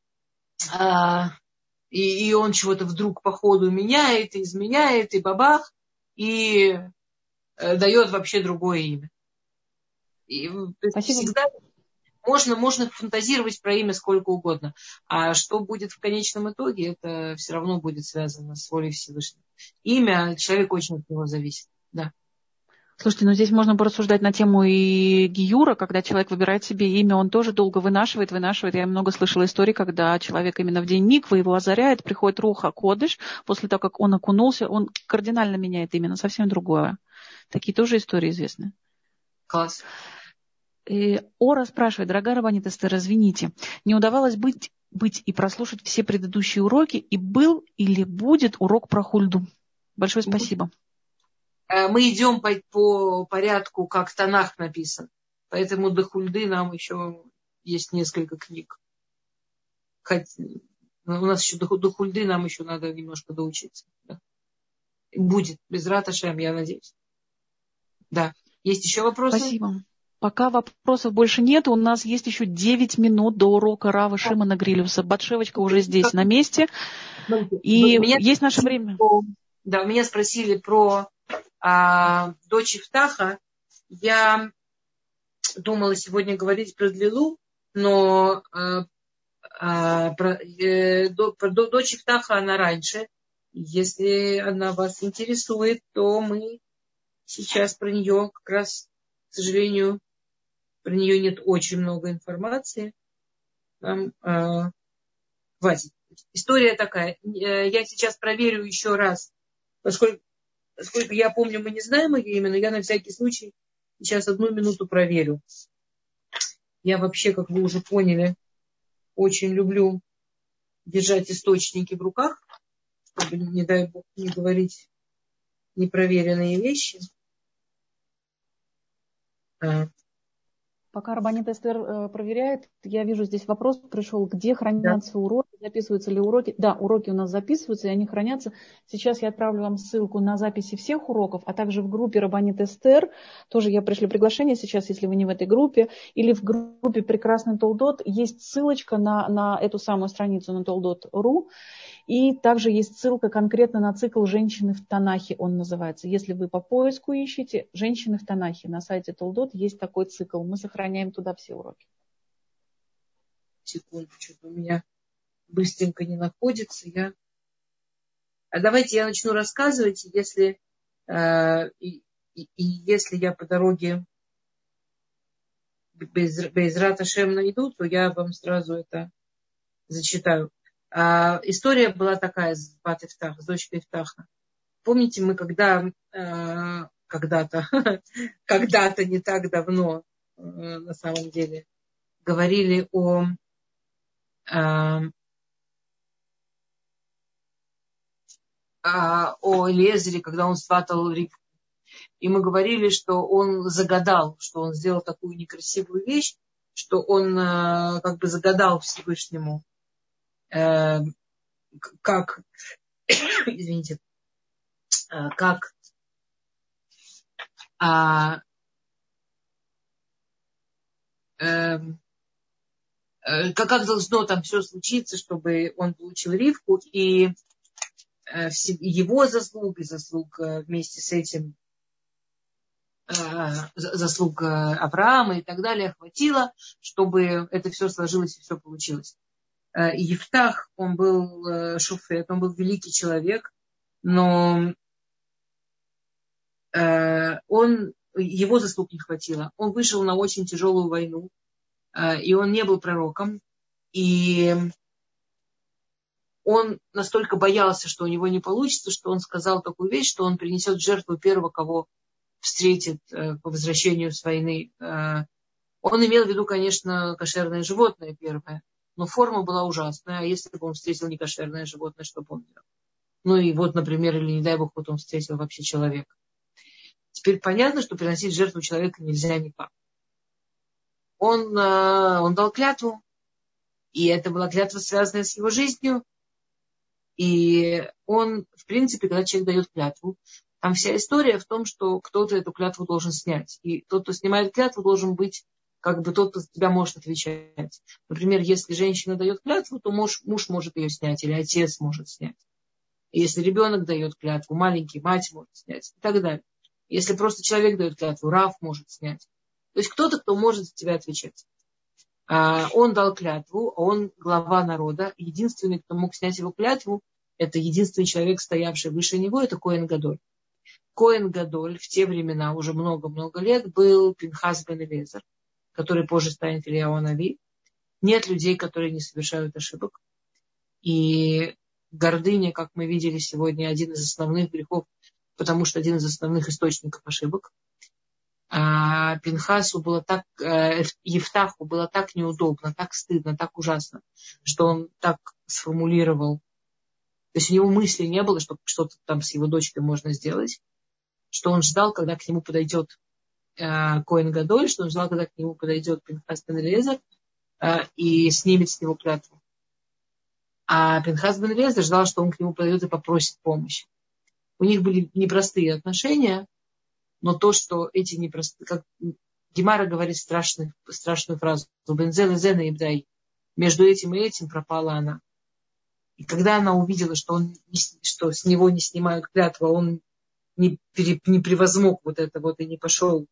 а, и, и он чего-то вдруг по ходу меняет, и изменяет, и бабах, и э, дает вообще другое имя. И, Спасибо. всегда можно, можно фантазировать про имя сколько угодно, а что будет в конечном итоге, это все равно будет связано с волей Всевышнего. Имя, человек очень от него зависит, да. Слушайте, ну здесь можно порассуждать на тему и гиюра, когда человек выбирает себе имя, он тоже долго вынашивает, вынашивает. Я много слышала историй, когда человек именно в день миквы его озаряет, приходит руха кодыш, после того, как он окунулся, он кардинально меняет имя на совсем другое. Такие тоже истории известны. Класс. И Ора спрашивает, дорогая Рабанит Эстер, извините, не удавалось быть, быть и прослушать все предыдущие уроки, и был или будет урок про хульду? Большое спасибо. Мы идем по, по порядку, как Танах написан. Поэтому до хульды нам еще есть несколько книг. Хоть, у нас еще до, до хульды нам еще надо немножко доучиться. Да. Будет, без рат Ашем, я надеюсь. Да. Есть еще вопросы? Спасибо. Пока вопросов больше нет, у нас есть еще девять минут до урока Рава Шимона Грилюса. Батшевочка уже здесь на месте. И меня есть наше время. Про, да, у меня спросили про а, дочь Ифтаха. Я думала сегодня говорить про Длилу, но а, а, про, э, до, про дочь Ифтаха она раньше. Если она вас интересует, то мы сейчас про нее как раз, к сожалению, про нее нет очень много информации. Нам а, хватит. История такая. Я сейчас проверю еще раз, поскольку, поскольку я помню, мы не знаем ее имя, но я на всякий случай сейчас одну минуту проверю. Я вообще, как вы уже поняли, очень люблю держать источники в руках, чтобы, не дай бог, не говорить непроверенные вещи. А. Пока Рабанит Эстер проверяет, я вижу здесь вопрос пришел, где хранятся да. уроки, записываются ли уроки. Да, уроки у нас записываются, и они хранятся. Сейчас я отправлю вам ссылку на записи всех уроков, а также в группе Рабанит Эстер. Тоже я пришлю приглашение сейчас, если вы не в этой группе. Или в группе Прекрасный Толдот есть ссылочка на, на эту самую страницу на толдот точка ру. И также есть ссылка конкретно на цикл «Женщины в Танахе», он называется. Если вы по поиску ищете «Женщины в Танахе», на сайте Толдот есть такой цикл. Мы сохраняем туда все уроки. Секунду, что-то у меня быстренько не находится. Я... А давайте я начну рассказывать, если, э, и, и если я по дороге без, без Рат Ашем найду, то я вам сразу это зачитаю. А, история была такая с Бат Ифтах, с дочкой Ифтаха. Помните, мы когда а, когда-то, когда-то не так давно, а, на самом деле, говорили о а, о Элиэзере, когда он сватал Ривку. И мы говорили, что он загадал, что он сделал такую некрасивую вещь, что он э, как бы загадал Всевышнему, э, как, извините, э, как, э, э, э, как должно там все случиться, чтобы он получил Ривку, и э, его заслуг, и заслуг э, вместе с этим заслуг Авраама и так далее хватило, чтобы это все сложилось и все получилось. И Ефтах, он был шуфет, он был великий человек, но он, его заслуг не хватило. Он вышел на очень тяжелую войну, и он не был пророком, и он настолько боялся, что у него не получится, что он сказал такую вещь, что он принесет жертву первого, кого встретит э, по возвращению с войны. Э, он имел в виду, конечно, кошерное животное первое, но форма была ужасная. А если бы он встретил не кошерное животное, что бы он делал? Ну и вот, например, или не дай бог, вот он встретил вообще человека. Теперь понятно, что приносить жертву человека нельзя никак. Он, э, он дал клятву, и это была клятва, связанная с его жизнью. И он, в принципе, когда человек дает клятву, там вся история в том, что кто-то эту клятву должен снять. И тот, кто снимает клятву, должен быть как бы тот, кто за тебя может отвечать. Например, если женщина дает клятву, то муж, муж может ее снять, или отец может снять. И если ребенок дает клятву, маленький, мать может снять, и так далее. Если просто человек дает клятву, рав может снять. То есть кто-то, кто может за тебя отвечать. Он дал клятву, он глава народа. Единственный, кто мог снять его клятву, это единственный человек, стоявший выше него, это Коэн Гадоль. Коэн Гадоль в те времена, уже много-много лет, был Пинхас бен Элиэзер, который позже станет Ильяу Анави. Нет людей, которые не совершают ошибок. И гордыня, как мы видели сегодня, один из основных грехов, потому что один из основных источников ошибок. А Пинхасу было так, Ефтаху было так неудобно, так стыдно, так ужасно, что он так сформулировал. То есть у него мысли не было, что что-то там с его дочкой можно сделать, что он ждал, когда к нему подойдет э, Коэн Гадоль, что он ждал, когда к нему подойдет Пинхас бен Элиэзер э, и снимет с него клятву. А Пинхас бен Элиэзер ждал, что он к нему подойдет и попросит помощи. У них были непростые отношения, но то, что эти непростые, как Гемара говорит страшную, страшную фразу, между этим и этим пропала она. И когда она увидела, что, он, что с него не снимают клятву, он не, пере, не превозмог вот это вот и не пошел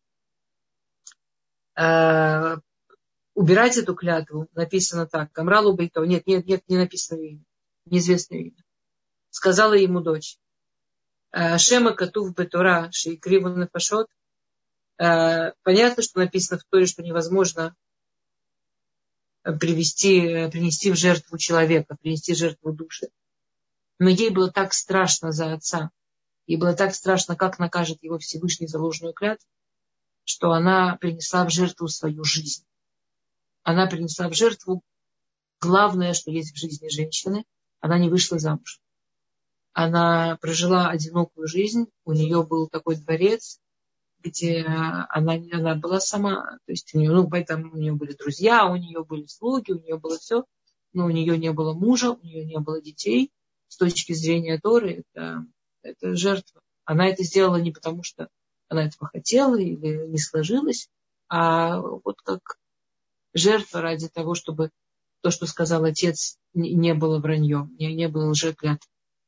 э, убирать эту клятву, написано так, Камралу Бейто, нет, нет, нет, не написано имя, неизвестное имя. Сказала ему дочь, Шема Катув Бетура, Шейкриву Нафашот. Понятно, что написано в Торе, что невозможно привести, принести в жертву человека, принести в жертву души. Но ей было так страшно за отца, ей было так страшно, как накажет его Всевышний за ложную клятву, что она принесла в жертву свою жизнь. Она принесла в жертву главное, что есть в жизни женщины. Она не вышла замуж. Она прожила одинокую жизнь. У нее был такой дворец, где она, она была сама. То есть у нее, ну, поэтому у нее были друзья, у нее были слуги, у нее было все. Но у нее не было мужа, у нее не было детей. С точки зрения Торы, это, это жертва. Она это сделала не потому, что она этого хотела или не сложилось, а вот как жертва ради того, чтобы то, что сказал отец, не было враньем, не, не было лжеклятвы.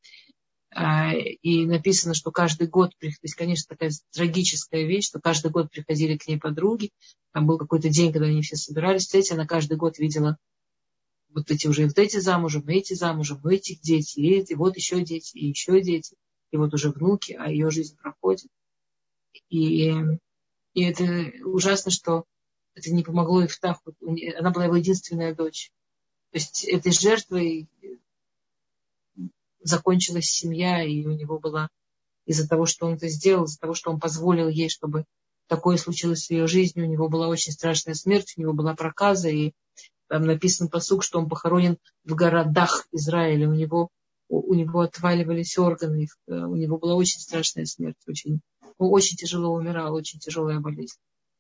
И написано, что каждый год, то есть, конечно, такая трагическая вещь, что каждый год приходили к ней подруги. Там был какой-то день, когда они все собирались. Кстати, она каждый год видела вот эти уже, вот эти замужем, эти замужем, у этих дети, и эти, вот еще дети, и еще дети, и вот уже внуки, а ее жизнь проходит. И, и это ужасно, что это не помогло Ифтаху. Она была его единственная дочь. То есть этой жертвой закончилась семья, и у него была из-за того, что он это сделал, из-за того, что он позволил ей, чтобы такое случилось в ее жизни, у него была очень страшная смерть, у него была проказа, и там написан пасук, что он похоронен в городах Израиля, у него, у, у него отваливались органы, у него была очень страшная смерть, очень, он очень тяжело умирал, очень тяжелая болезнь.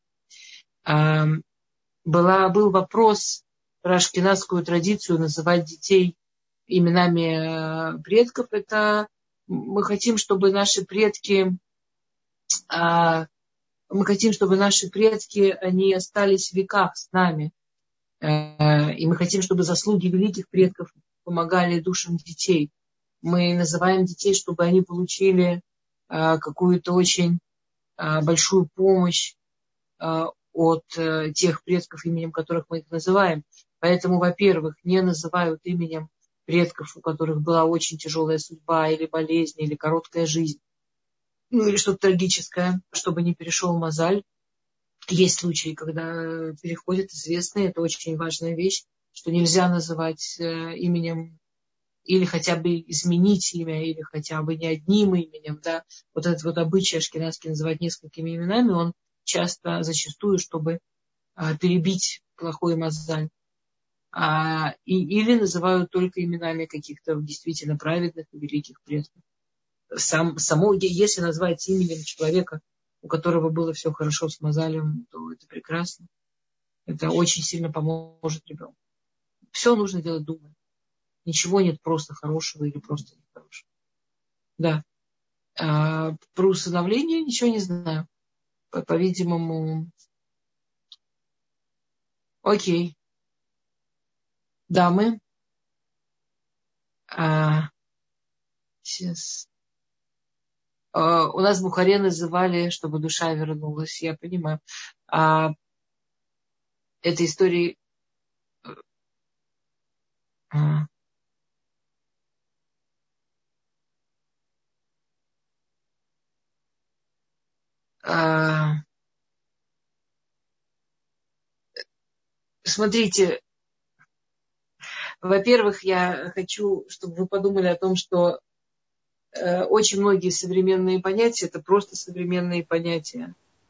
А, была, был вопрос про ашкеназскую традицию называть детей именами предков. Это мы хотим, чтобы наши предки, мы хотим, чтобы наши предки, они остались в веках с нами. И мы хотим, чтобы заслуги великих предков помогали душам детей. Мы называем детей, чтобы они получили какую-то очень большую помощь от тех предков, именем которых мы их называем. Поэтому, во-первых, не называют именем предков, у которых была очень тяжелая судьба, или болезнь, или короткая жизнь, ну или что-то трагическое, чтобы не перешел мазаль. Есть случаи, когда переходят известные, это очень важная вещь, что нельзя называть именем или хотя бы изменить имя, или хотя бы не одним именем. Да? Вот этот вот обычай ашкеназский называть несколькими именами, он часто, зачастую, чтобы перебить плохой мазаль. А, и, или называют только именами каких-то действительно праведных и великих предков. Сам, само, если назвать именем человека, у которого было все хорошо с мазалем, то это прекрасно. Это очень сильно поможет ребенку. Все нужно делать думая. Ничего нет просто хорошего или просто нехорошего. Да. А, про усыновление ничего не знаю. По-видимому. Окей. Дамы. А, сейчас. А, у нас в Бухаре называли, чтобы душа вернулась. Я понимаю. А, этой истории... А, а, смотрите, во-первых, я хочу, чтобы вы подумали о том, что э, очень многие современные понятия – это просто современные понятия.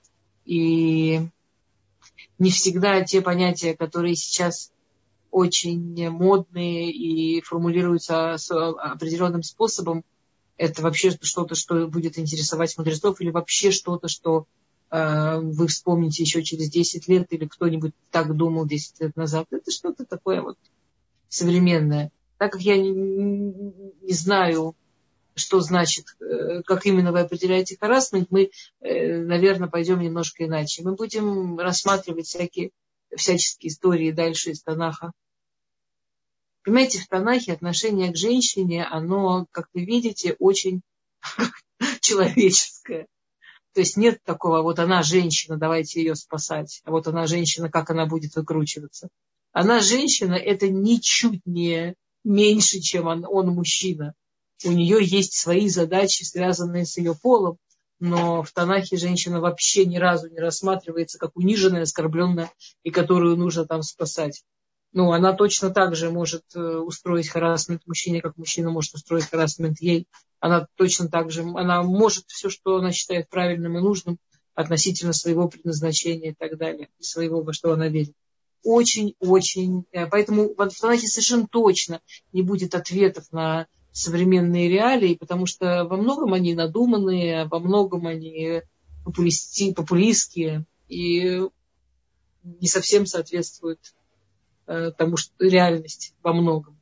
И не всегда те понятия, которые сейчас очень модные и формулируются определенным способом, это вообще что-то, что будет интересовать мудрецов, или вообще что-то, что э, вы вспомните еще через десять лет, или кто-нибудь так думал десять лет назад. Это что-то такое вот современное. Так как я не, не знаю, что значит, как именно вы определяете харассмент, мы, наверное, пойдем немножко иначе. Мы будем рассматривать всякие, всяческие истории дальше из Танаха. Понимаете, в Танахе отношение к женщине, оно, как вы видите, очень человеческое. То есть нет такого, вот она женщина, давайте ее спасать. А вот она женщина, как она будет выкручиваться. Она женщина, это ничуть не меньше, чем он, он мужчина. У нее есть свои задачи, связанные с ее полом, но в Танахе женщина вообще ни разу не рассматривается как униженная, оскорбленная, и которую нужно там спасать. Ну, она точно так же может устроить харассмент мужчине, как мужчина может устроить харассмент ей. Она точно так же, она может все, что она считает правильным и нужным относительно своего предназначения и так далее, и своего, во что она верит. Очень-очень, поэтому в Танахе совершенно точно не будет ответов на современные реалии, потому что во многом они надуманные, во многом они популисти, популистские и не совсем соответствуют тому, что реальность во многом.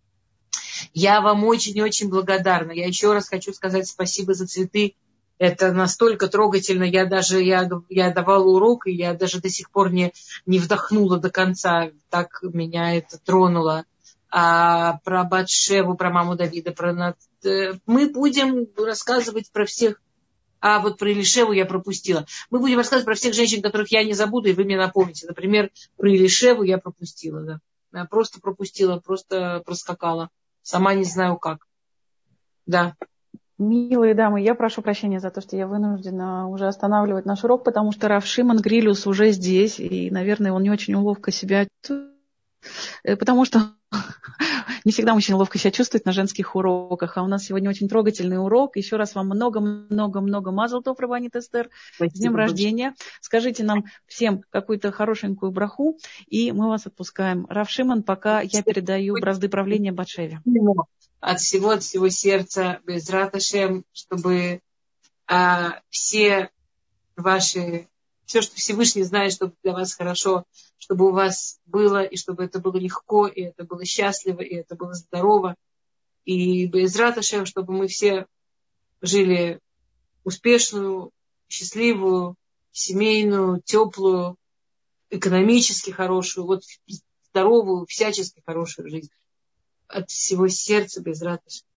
Я вам очень-очень благодарна. Я еще раз хочу сказать спасибо за цветы. Это настолько трогательно. Я даже я, я давала урок, и я даже до сих пор не, не вдохнула до конца. Так меня это тронуло. А про Батшеву, про маму Давида, про... мы будем рассказывать про всех. А вот про Элишеву я пропустила. Мы будем рассказывать про всех женщин, которых я не забуду, и вы мне напомните. Например, про Элишеву я пропустила. Да. Я просто пропустила, просто проскакала. Сама не знаю как. Да. Милые дамы, я прошу прощения за то, что я вынуждена уже останавливать наш урок, потому что Рав Шимон Грилюс уже здесь, и, наверное, он не очень ловко себя чувствует, потому что не всегда очень ловко себя чувствовать на женских уроках, а у нас сегодня очень трогательный урок. Еще раз вам много-много-много мазал тов, Рабанит Эстер, с днем рождения. Скажите нам всем какую-то хорошенькую браху, и мы вас отпускаем. Рав Шимон, пока я передаю бразды правления Батшеве. От всего, от всего сердца, Безрат Ашем, чтобы а, все ваши, все, что Всевышний знает, чтобы для вас хорошо, чтобы у вас было, и чтобы это было легко, и это было счастливо, и это было здорово. И Безрат Ашем, чтобы мы все жили успешную, счастливую, семейную, теплую, экономически хорошую, вот здоровую, всячески хорошую жизнь. От всего сердца Безрат Ашем.